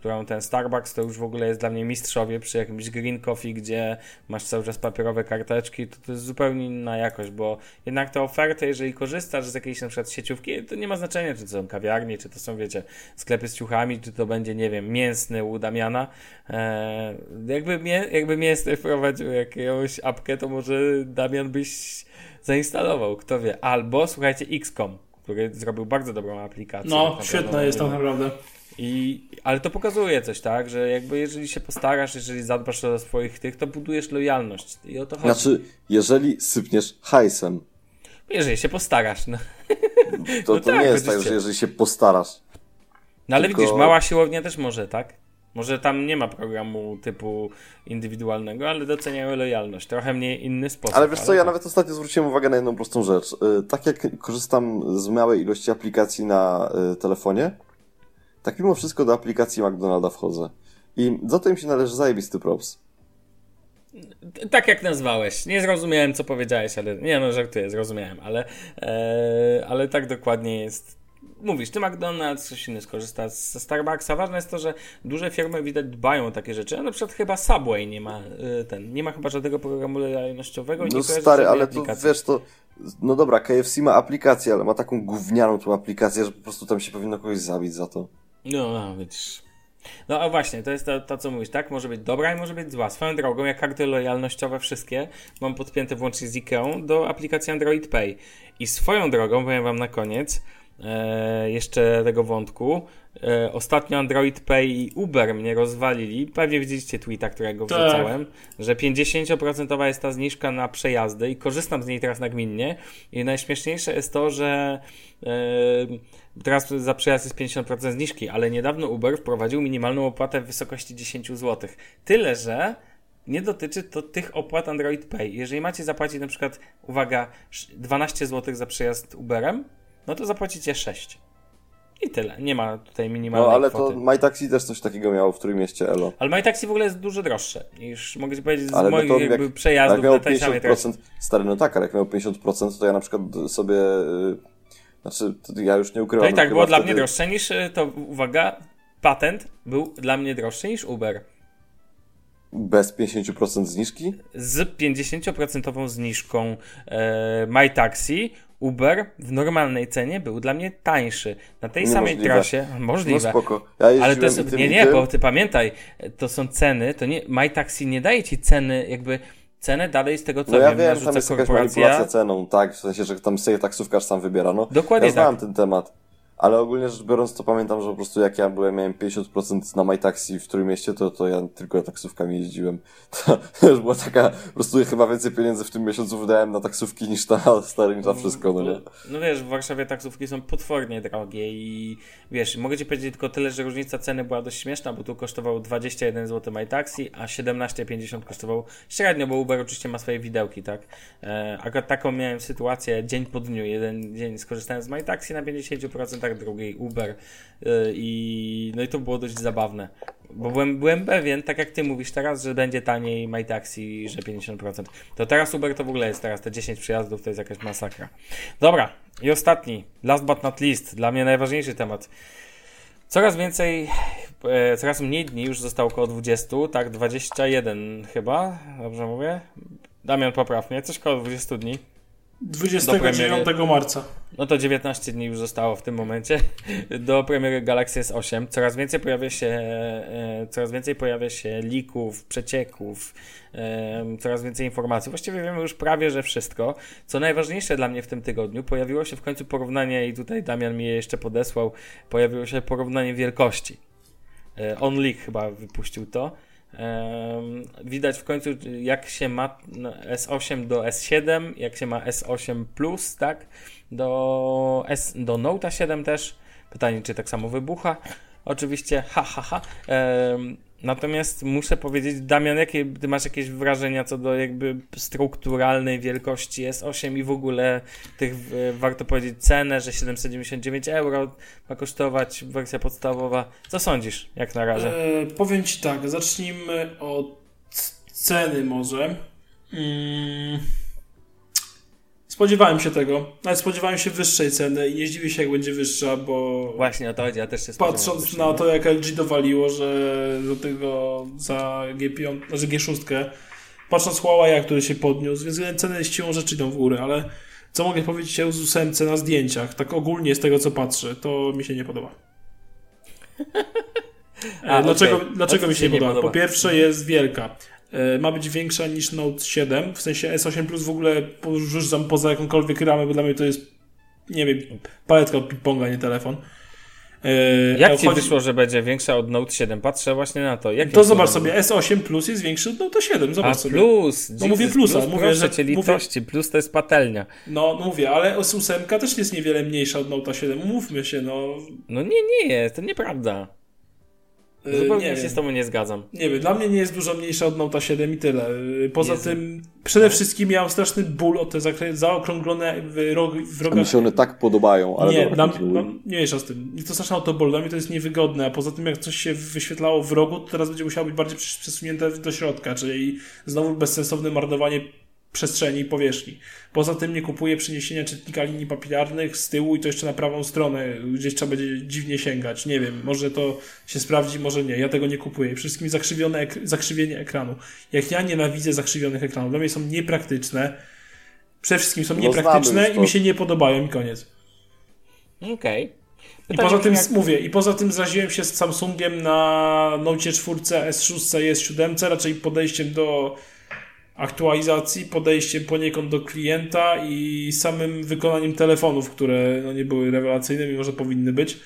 którą ten Starbucks to już w ogóle jest dla mnie mistrzowie przy jakimś green coffee, gdzie masz cały czas papierowe karteczki, to to jest zupełnie inna jakość, bo jednak te oferty, jeżeli korzystasz z jakiejś na przykład sieciówki, to nie ma znaczenia, czy to są kawiarnie, czy to są, wiecie, sklepy z ciuchami, czy to będzie, nie wiem, mięsny u Damiana. Eee, jakby, mię, jakby mięsny wprowadził jakąś apkę, to może Damian byś zainstalował, kto wie. Albo, słuchajcie, X COM, który zrobił bardzo dobrą aplikację. No, świetna jest tak naprawdę. I, ale to pokazuje coś, tak, że jakby jeżeli się postarasz, jeżeli zadbasz o swoich tych, to budujesz lojalność. I o to chodzi. Znaczy, jeżeli sypniesz hajsem. Jeżeli się postarasz, no. To, no to tak, nie jest tak, będziecie... że jeżeli się postarasz. No ale tylko... widzisz, mała siłownia też może, tak? Może tam nie ma programu typu indywidualnego, ale doceniają lojalność. Trochę mniej inny sposób. Ale wiesz co, ja tak. nawet ostatnio zwróciłem uwagę na jedną prostą rzecz. Tak jak korzystam z małej ilości aplikacji na telefonie, tak mimo wszystko do aplikacji McDonalda wchodzę. I za to im się należy zajebisty props. Tak jak nazwałeś. Nie zrozumiałem, co powiedziałeś, ale... Nie no, żartuję, zrozumiałem, ale... E, ale tak dokładnie jest... Mówisz, ty McDonald's, coś inny skorzysta ze Starbucksa. Ważne jest to, że duże firmy widać dbają o takie rzeczy. A na przykład chyba Subway nie ma ten, nie ma chyba żadnego programu lojalnościowego. No stary, ale to wiesz, to no dobra, K F C ma aplikację, ale ma taką gównianą tą aplikację, że po prostu tam się powinno kogoś zabić za to. No, no widzisz. No a właśnie, to jest to, to, co mówisz, tak? Może być dobra i może być zła. Swoją drogą, jak karty lojalnościowe wszystkie mam podpięte włącznie z Ikeą do aplikacji Android Pay. I swoją drogą, powiem wam na koniec, E, jeszcze tego wątku. E, ostatnio Android Pay i Uber mnie rozwalili. Pewnie widzieliście tweeta, którego tak. wrzucałem, że pięćdziesiąt procent jest ta zniżka na przejazdy i korzystam z niej teraz nagminnie. I najśmieszniejsze jest to, że e, teraz za przejazd jest pięćdziesiąt procent zniżki, ale niedawno Uber wprowadził minimalną opłatę w wysokości dziesięć złotych. Tyle, że nie dotyczy to tych opłat Android Pay. Jeżeli macie zapłacić na przykład, uwaga, dwanaście złotych za przejazd Uberem, no to zapłacicie sześć. I tyle. Nie ma tutaj minimalnej No ale kwoty. to MyTaxi też coś takiego miało w którym mieście, elo. Ale MyTaxi w ogóle jest dużo droższe niż, mogę ci powiedzieć, z ale moich no jakby jak, przejazdów jak miał na tej pięćdziesiąt procent, samej trasie. stary, no tak, ale jak miał pięćdziesiąt procent, to ja na przykład sobie, yy, znaczy, to ja już nie ukrywam. To i tak było dla wtedy... mnie droższe niż, to uwaga, patent był dla mnie droższy niż Uber. Bez pięćdziesiąt procent zniżki? Z pięćdziesiąt procent zniżką e, MyTaxi Uber w normalnej cenie był dla mnie tańszy. Na tej Niemożliwe. samej trasie, możliwe. No spoko. Ja ale to jest, tym, nie, nie, tym. bo ty pamiętaj, to są ceny, to nie, MyTaxi nie daje ci ceny, jakby cenę dalej z tego co no ja wiem, wiem, narzuca tam jest jakaś korporacja. manipulacja ceną, tak, w sensie, że tam sobie taksówkarz sam wybiera, no. Dokładnie ja znam tak. ten temat. Ale ogólnie rzecz biorąc, to pamiętam, że po prostu jak ja byłem, miałem pięćdziesiąt procent na MyTaxi w którym mieście, to, to ja tylko taksówkami jeździłem. To, to już była taka, po prostu chyba więcej pieniędzy w tym miesiącu wydałem na taksówki niż na stary, niż na wszystko, no nie? No wiesz, w Warszawie taksówki są potwornie drogie i wiesz, mogę ci powiedzieć tylko tyle, że różnica ceny była dość śmieszna, bo tu kosztował dwadzieścia jeden złotych MyTaxi, a siedemnaście pięćdziesiąt kosztował średnio, bo Uber oczywiście ma swoje widełki, tak? E, akurat taką miałem sytuację dzień po dniu. Jeden dzień skorzystałem z MyTaxi na pięćdziesiąt procent, drugiej Uber yy, i no i to było dość zabawne, bo byłem, byłem pewien, tak jak ty mówisz teraz, że będzie taniej MyTaxi, że pięćdziesiąt procent. To teraz Uber to w ogóle jest teraz te dziesięć przyjazdów, to jest jakaś masakra. Dobra, i ostatni, last but not least, dla mnie najważniejszy temat. Coraz więcej, e, coraz mniej dni, już zostało około dwadzieścia, tak, dwadzieścia jeden chyba, dobrze mówię? Damian, popraw mnie, coś koło dwadzieścia dni. dwudziestego dziewiątego marca. No to dziewiętnaście dni już zostało w tym momencie do premiery Galaxy S osiem. Coraz więcej pojawia się e, coraz więcej pojawia się leaków, przecieków, e, coraz więcej informacji. Właściwie wiemy już prawie, że wszystko. Co najważniejsze dla mnie w tym tygodniu, pojawiło się w końcu porównanie, i tutaj Damian mi je jeszcze podesłał, pojawiło się porównanie wielkości. E, OnLeak chyba wypuścił to. Um, widać w końcu jak się ma S osiem do S siedem, jak się ma S osiem Plus, tak, do, S, do Note'a siedem też. Pytanie, czy tak samo wybucha. Oczywiście, ha, ha, ha. Um, natomiast muszę powiedzieć, Damian, jakie ty masz jakieś wrażenia co do jakby strukturalnej wielkości S osiem i w ogóle tych, warto powiedzieć, cenę, że siedemset dziewięćdziesiąt dziewięć euro ma kosztować wersja podstawowa. Co sądzisz, jak na razie? E, powiem ci tak, zacznijmy od ceny może. Hmm. Spodziewałem się tego, ale spodziewałem się wyższej ceny i nie zdziwię się, jak będzie wyższa, bo... Właśnie o to chodzi, ja też się spodziewałem. Patrząc na to, jak L G dowaliło, że do tego za G pięć, znaczy G sześć, patrząc Huawei, który się podniósł, więc ceny z siłą rzeczy idą w górę, ale co mogę powiedzieć o Z osiem na zdjęciach, tak ogólnie z tego, co patrzę, to mi się nie podoba. A, dlaczego okay. dlaczego mi się nie podoba? podoba? Po pierwsze jest wielka. Ma być większa niż Note siedem, w sensie S osiem Plus w ogóle rzucam poza jakąkolwiek ramę, bo dla mnie to jest, nie wiem, paletka od ping-ponga, nie telefon. Jak e, ci chodzi... wyszło, że będzie większa od Note siedem? Patrzę właśnie na to. Jak to zobacz sobie, S osiem Plus jest większy od Note siedem, zobacz A, sobie. plus! No mówię plusa. Plus, mówię, proszę że, cię, litości, mówię... plus to jest patelnia. No, no mówię, ale S osiem też jest niewiele mniejsza od Note siedem, umówmy się, no. No nie, nie jest, to nieprawda. Zupełnie się z tobą nie zgadzam. Nie wiem, dla mnie nie jest dużo mniejsza od Note siedem i tyle. Poza Jezu. tym, przede wszystkim miałem straszny ból o te zaokrąglone w, rog, w rogach. A mi się one tak podobają, ale nie, dobra, dla, no, nie wiesz o tym. To strasznie o to ból, dla mnie to jest niewygodne, a poza tym jak coś się wyświetlało w rogu, to teraz będzie musiało być bardziej przesunięte do środka, czyli znowu bezsensowne marnowanie przestrzeni i powierzchni. Poza tym nie kupuję przeniesienia czytnika linii papilarnych z tyłu i to jeszcze na prawą stronę. Gdzieś trzeba będzie dziwnie sięgać. Nie wiem, może to się sprawdzi, może nie. Ja tego nie kupuję. Przede wszystkim zakrzywione ek- zakrzywienie ekranu. Jak ja nienawidzę zakrzywionych ekranów. Dla mnie są niepraktyczne. Przede wszystkim są no niepraktyczne i mi się nie podobają i koniec. Okej. Okay. I poza tym jak... mówię, i poza tym zraziłem się z Samsungiem na Note cztery, S sześć i S siedem, raczej podejściem do aktualizacji, podejściem poniekąd do klienta i samym wykonaniem telefonów, które no, nie były rewelacyjne, mimo że powinny być.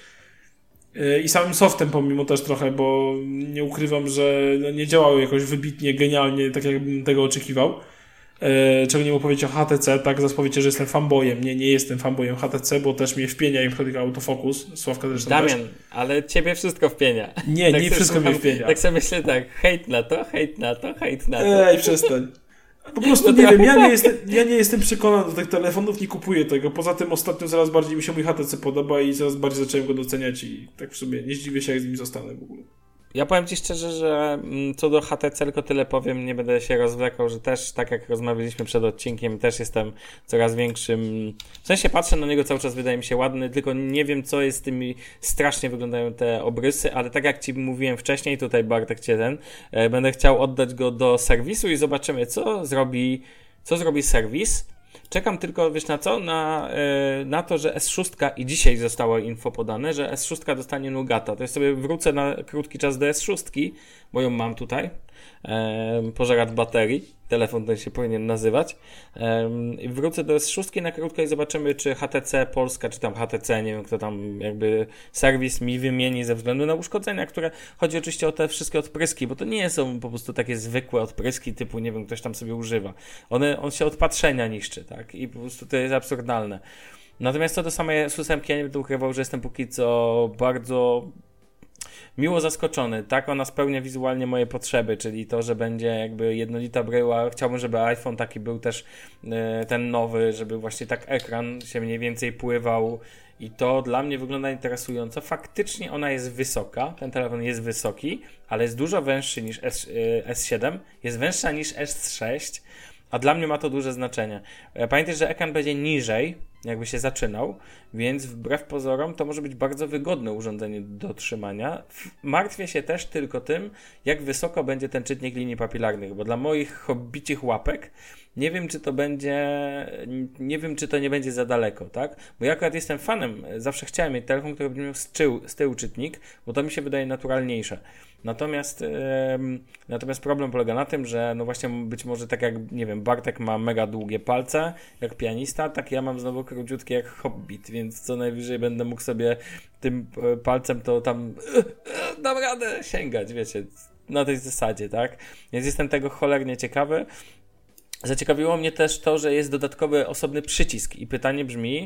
I samym softem pomimo też trochę, bo nie ukrywam, że no, nie działały jakoś wybitnie, genialnie, tak jakbym tego oczekiwał. Czego nie mógł powiedzieć o H T C, tak zaraz powiecie, że jestem fanboyem. Nie, nie jestem fanboyem H T C, bo też mnie wpienia im chodzi autofokus. Sławka zresztą Damian, też. ale ciebie wszystko wpienia. Nie, tak nie wszystko słucham, mnie wpienia. Tak sobie myślę tak, hejt na to, hejt na to, hejt na to. Ej, przestań. Po prostu nie wiem, ja nie, jestem, ja nie jestem przekonany do tych telefonów, nie kupuję tego. Poza tym ostatnio coraz bardziej mi się mój H T C podoba i coraz bardziej zacząłem go doceniać i tak w sumie nie zdziwię się, jak z nim zostanę w ogóle. Ja powiem ci szczerze, że co do H T C tylko tyle powiem, nie będę się rozwlekał, że też, tak jak rozmawialiśmy przed odcinkiem, też jestem coraz większym, w sensie patrzę na niego cały czas, wydaje mi się ładny, tylko nie wiem, co jest z tymi, strasznie wyglądają te obrysy, ale tak jak ci mówiłem wcześniej, tutaj Bartek cię ten, będę chciał oddać go do serwisu i zobaczymy, co zrobi, co zrobi serwis. Czekam tylko, wiesz na co? Na, yy, na to, że S sześć i dzisiaj zostało info podane, że S sześć dostanie Nugata. To ja sobie wrócę na krótki czas do S sześć, bo ją mam tutaj. Yy, pożerat baterii. Telefon ten się powinien nazywać. Yy, wrócę do S sześć na krótko i zobaczymy, czy H T C Polska, czy tam H T C, nie wiem kto tam jakby serwis mi wymieni ze względu na uszkodzenia, które chodzi oczywiście o te wszystkie odpryski, bo to nie są po prostu takie zwykłe odpryski typu, nie wiem, ktoś tam sobie używa. One, on się od patrzenia niszczy, tak? I po prostu to jest absurdalne. Natomiast co do samej S osiem, ja nie będę ukrywał, że jestem póki co bardzo miło zaskoczony, tak? Ona spełnia wizualnie moje potrzeby, czyli to, że będzie jakby jednolita bryła. Chciałbym, żeby iPhone taki był też e, ten nowy, żeby właśnie tak ekran się mniej więcej pływał i to dla mnie wygląda interesująco. Faktycznie ona jest wysoka, ten telefon jest wysoki, ale jest dużo węższy niż S, e, S siedem, jest węższa niż S sześć, a dla mnie ma to duże znaczenie. Pamiętaj, że ekran będzie niżej, jakby się zaczynał, więc wbrew pozorom to może być bardzo wygodne urządzenie do trzymania. Martwię się też tylko tym, jak wysoko będzie ten czytnik linii papilarnych, bo dla moich hobbicich łapek nie wiem, czy to będzie, nie wiem, czy to nie będzie za daleko, tak? Bo ja akurat jestem fanem, zawsze chciałem mieć telefon, który będzie miał z tyłu, z tyłu czytnik, bo to mi się wydaje naturalniejsze. Natomiast, yy, natomiast problem polega na tym, że no właśnie być może tak jak, nie wiem, Bartek ma mega długie palce, jak pianista, tak ja mam znowu króciutkie jak hobbit, więc co najwyżej będę mógł sobie tym palcem to tam yy, yy, dam radę sięgać, wiecie, na tej zasadzie, tak? Więc jestem tego cholernie ciekawy. Zaciekawiło mnie też to, że jest dodatkowy osobny przycisk i pytanie brzmi,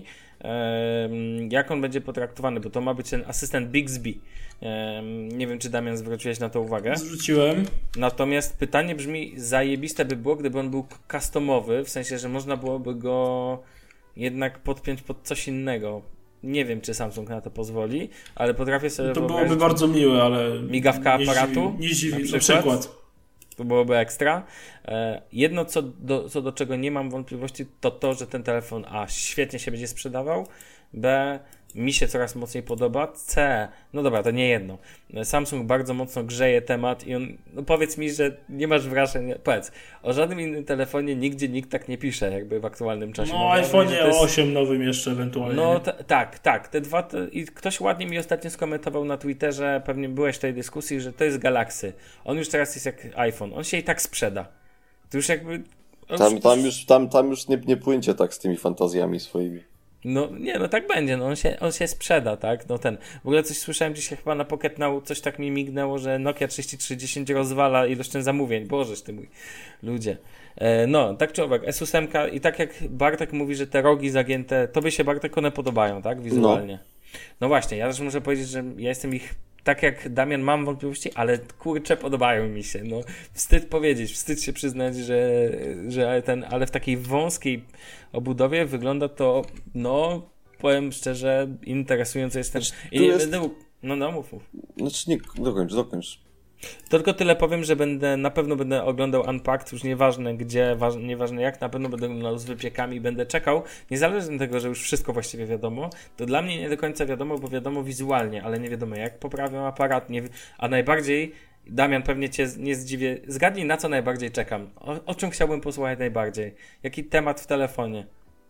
jak on będzie potraktowany, bo to ma być ten asystent Bixby. Nie wiem, czy Damian zwróciłeś na to uwagę. Zwróciłem. Natomiast pytanie brzmi, zajebiste by było, gdyby on był customowy, w sensie, że można byłoby go jednak podpiąć pod coś innego. Nie wiem, czy Samsung na to pozwoli, ale potrafię sobie to byłoby bardzo miłe, ale migawka aparatu? Nie zdziwi, na przykład. To byłoby ekstra. Jedno, co do, co do czego nie mam wątpliwości, to to, że ten telefon A świetnie się będzie sprzedawał, B mi się coraz mocniej podoba, C, no dobra, to nie jedno. Samsung bardzo mocno grzeje temat i on, no powiedz mi, że nie masz wrażenia, powiedz, o żadnym innym telefonie nigdzie nikt tak nie pisze, jakby w aktualnym czasie. No, iPhone jest... osiem nowym jeszcze ewentualnie. No t- tak, tak, te dwa, te... i ktoś ładnie mi ostatnio skomentował na Twitterze, pewnie byłeś w tej dyskusji, że to jest Galaxy. On już teraz jest jak iPhone, on się i tak sprzeda. To już jakby... Tam, tam już, tam, tam już nie, nie płyńcie tak z tymi fantazjami swoimi. No nie, no tak będzie, no on się, on się sprzeda, tak, no ten, w ogóle coś słyszałem dzisiaj chyba na Pocket Now, coś tak mi mignęło, że Nokia trzydzieści trzy dziesięć rozwala ilość ten zamówień, bożeż ty mój, ludzie. E, no, tak czy owak, S osiem i tak jak Bartek mówi, że te rogi zagięte, tobie się Bartek one podobają, tak, wizualnie. No, no właśnie, ja też muszę powiedzieć, że ja jestem ich, tak jak Damian, mam wątpliwości, ale kurczę, podobają mi się, no, wstyd powiedzieć, wstyd się przyznać, że, że ten, ale w takiej wąskiej obudowie wygląda to, no, powiem szczerze, interesująco jestem. Znaczy, I nie jest... będę... No, no, mów, mów. Znaczy nie, dokończ, dokończ. Tylko tyle powiem, że będę, na pewno będę oglądał Unpacked, już nieważne gdzie, waż, nieważne jak, na pewno będę oglądał z wypiekami, będę czekał, niezależnie od tego, że już wszystko właściwie wiadomo, to dla mnie nie do końca wiadomo, bo wiadomo wizualnie, ale nie wiadomo jak poprawią aparat, nie, a najbardziej, Damian, pewnie cię nie zdziwię, zgadnij na co najbardziej czekam, o, o czym chciałbym posłuchać najbardziej, jaki temat w telefonie?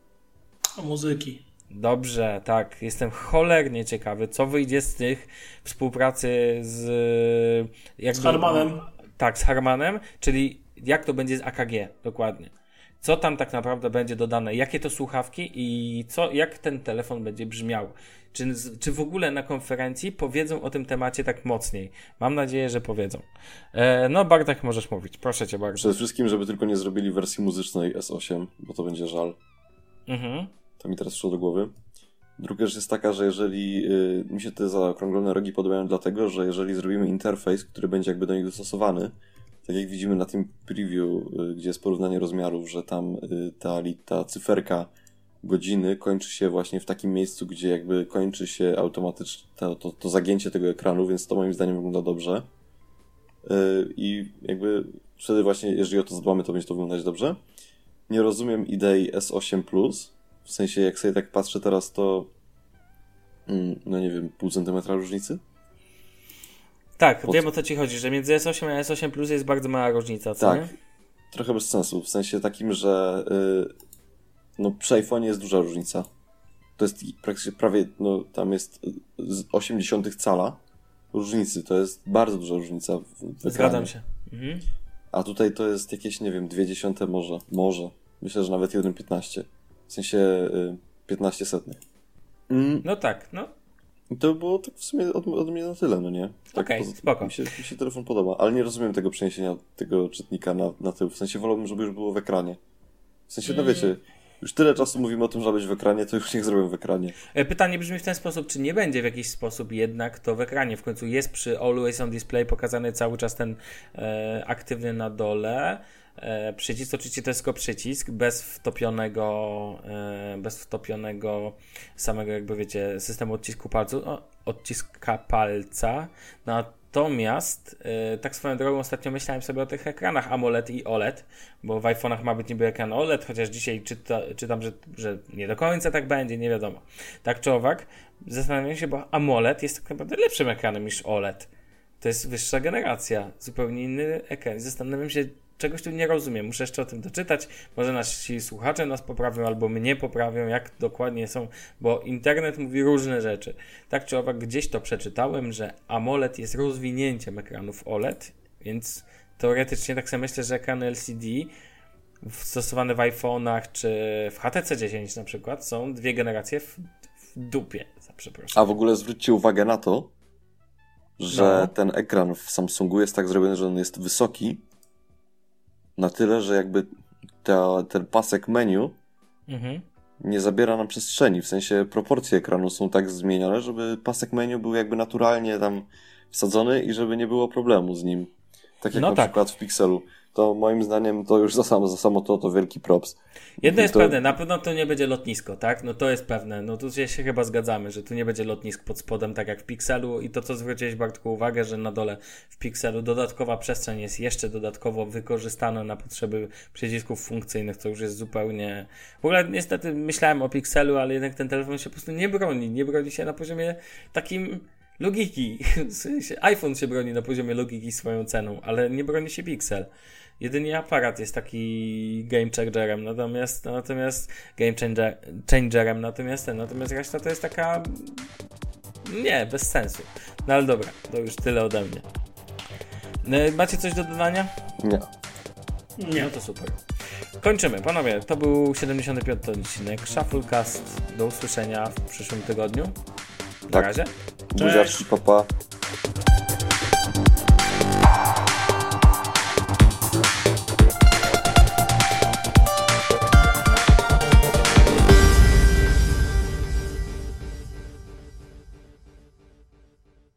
O muzyki. Dobrze, tak. Jestem cholernie ciekawy, co wyjdzie z tych współpracy z... Jakby, z Harmanem. Tak, z Harmanem, czyli jak to będzie z A K G, dokładnie. Co tam tak naprawdę będzie dodane, jakie to słuchawki i co, jak ten telefon będzie brzmiał. Czy, czy w ogóle na konferencji powiedzą o tym temacie tak mocniej? Mam nadzieję, że powiedzą. E, no Bartek, możesz mówić. Proszę cię bardzo. Przede wszystkim, żeby tylko nie zrobili wersji muzycznej S osiem, bo to będzie żal. Mhm. To mi teraz przyszło do głowy. Druga rzecz jest taka, że jeżeli yy, mi się te zaokrąglone rogi podobają dlatego, że jeżeli zrobimy interfejs, który będzie jakby do nich dostosowany, tak jak widzimy na tym preview, yy, gdzie jest porównanie rozmiarów, że tam yy, ta, ta cyferka godziny kończy się właśnie w takim miejscu, gdzie jakby kończy się automatycznie to, to, to zagięcie tego ekranu, więc to moim zdaniem wygląda dobrze. Yy, I jakby wtedy właśnie, jeżeli o to zadbamy, to będzie to wyglądać dobrze. Nie rozumiem idei S osiem plus. W sensie, jak sobie tak patrzę teraz, to mm, no nie wiem, pół centymetra różnicy? Tak, Pod... wiem o co ci chodzi, że między S osiem a S osiem plus jest bardzo mała różnica, co tak, nie? Trochę bez sensu, w sensie takim, że yy, no przy iPhone'ie jest duża różnica. To jest praktycznie prawie, no tam jest osiemdziesiąt cala różnicy, to jest bardzo duża różnica w, w ekranie. Zgadzam się. Mhm. A tutaj to jest jakieś, nie wiem, dwie dziesiąte może, może. Myślę, że nawet jeden piętnaście. W sensie y, piętnaście setnych. Mm. No tak, no. I to było tak w sumie od, od mnie na tyle, no nie? Tak, Okej, poza- spoko. Mi się, mi się telefon podoba, ale nie rozumiem tego przeniesienia tego czytnika na, na tył. W sensie wolałbym, żeby już było w ekranie. W sensie, no wiecie, już tyle czasu mówimy o tym, że ma być w ekranie, to już niech zrobią w ekranie. E, Pytanie brzmi w ten sposób, czy nie będzie w jakiś sposób jednak to w ekranie? W końcu jest przy Always on Display pokazany cały czas ten e, aktywny na dole. E, przycisk, oczywiście to jest tylko przycisk, bez wtopionego, e, bez wtopionego samego, jakby wiecie, systemu odcisku palcu, o, odciska palca. Natomiast, e, tak swoją drogą, ostatnio myślałem sobie o tych ekranach AMOLED i O L E D, bo w iPhone'ach ma być niby ekran O L E D, chociaż dzisiaj czyta, czytam, że, że nie do końca tak będzie, nie wiadomo. Tak czy owak, zastanawiam się, bo AMOLED jest tak naprawdę lepszym ekranem niż O L E D. To jest wyższa generacja, zupełnie inny ekran. Zastanawiam się, czegoś tu nie rozumiem, muszę jeszcze o tym doczytać, może nasi słuchacze nas poprawią albo mnie poprawią, jak dokładnie są, bo internet mówi różne rzeczy. Tak czy owak gdzieś to przeczytałem, że AMOLED jest rozwinięciem ekranów O L E D, więc teoretycznie tak sobie myślę, że ekrany L C D stosowane w iPhone'ach czy w H T C dziesięć na przykład są dwie generacje w, w dupie, za przepraszam. A w ogóle zwróćcie uwagę na to, że No. ten ekran w Samsungu jest tak zrobiony, że on jest wysoki, na tyle, że jakby ta, ten pasek menu Mhm. nie zabiera nam przestrzeni. W sensie proporcje ekranu są tak zmienione, żeby pasek menu był jakby naturalnie tam wsadzony i żeby nie było problemu z nim. Tak jak No na tak. przykład w Pixelu. to moim zdaniem to już za samo, za samo to, to wielki props. Jedno jest to... pewne, na pewno to nie będzie lotnisko, tak? No to jest pewne, no tu się chyba zgadzamy, że tu nie będzie lotnisk pod spodem, tak jak w Pixelu i to, co zwróciłeś, Bartku, uwagę, że na dole w Pixelu dodatkowa przestrzeń jest jeszcze dodatkowo wykorzystana na potrzeby przycisków funkcyjnych, to już jest zupełnie... W ogóle niestety myślałem o Pixelu, ale jednak ten telefon się po prostu nie broni, nie broni się na poziomie takim logiki. W sensie iPhone się broni na poziomie logiki swoją ceną, ale nie broni się Pixel. Jedynie aparat jest taki game changerem, natomiast natomiast game changer, changerem, natomiast ten, natomiast reszta to jest taka nie, bez sensu. No ale dobra, to już tyle ode mnie. Macie coś do dodania? Nie. Nie. No to super. Kończymy, panowie. To był siedemdziesiąty piąty odcinek Shufflecast. Do usłyszenia w przyszłym tygodniu. Na tak. razie. Buziaczki, papa.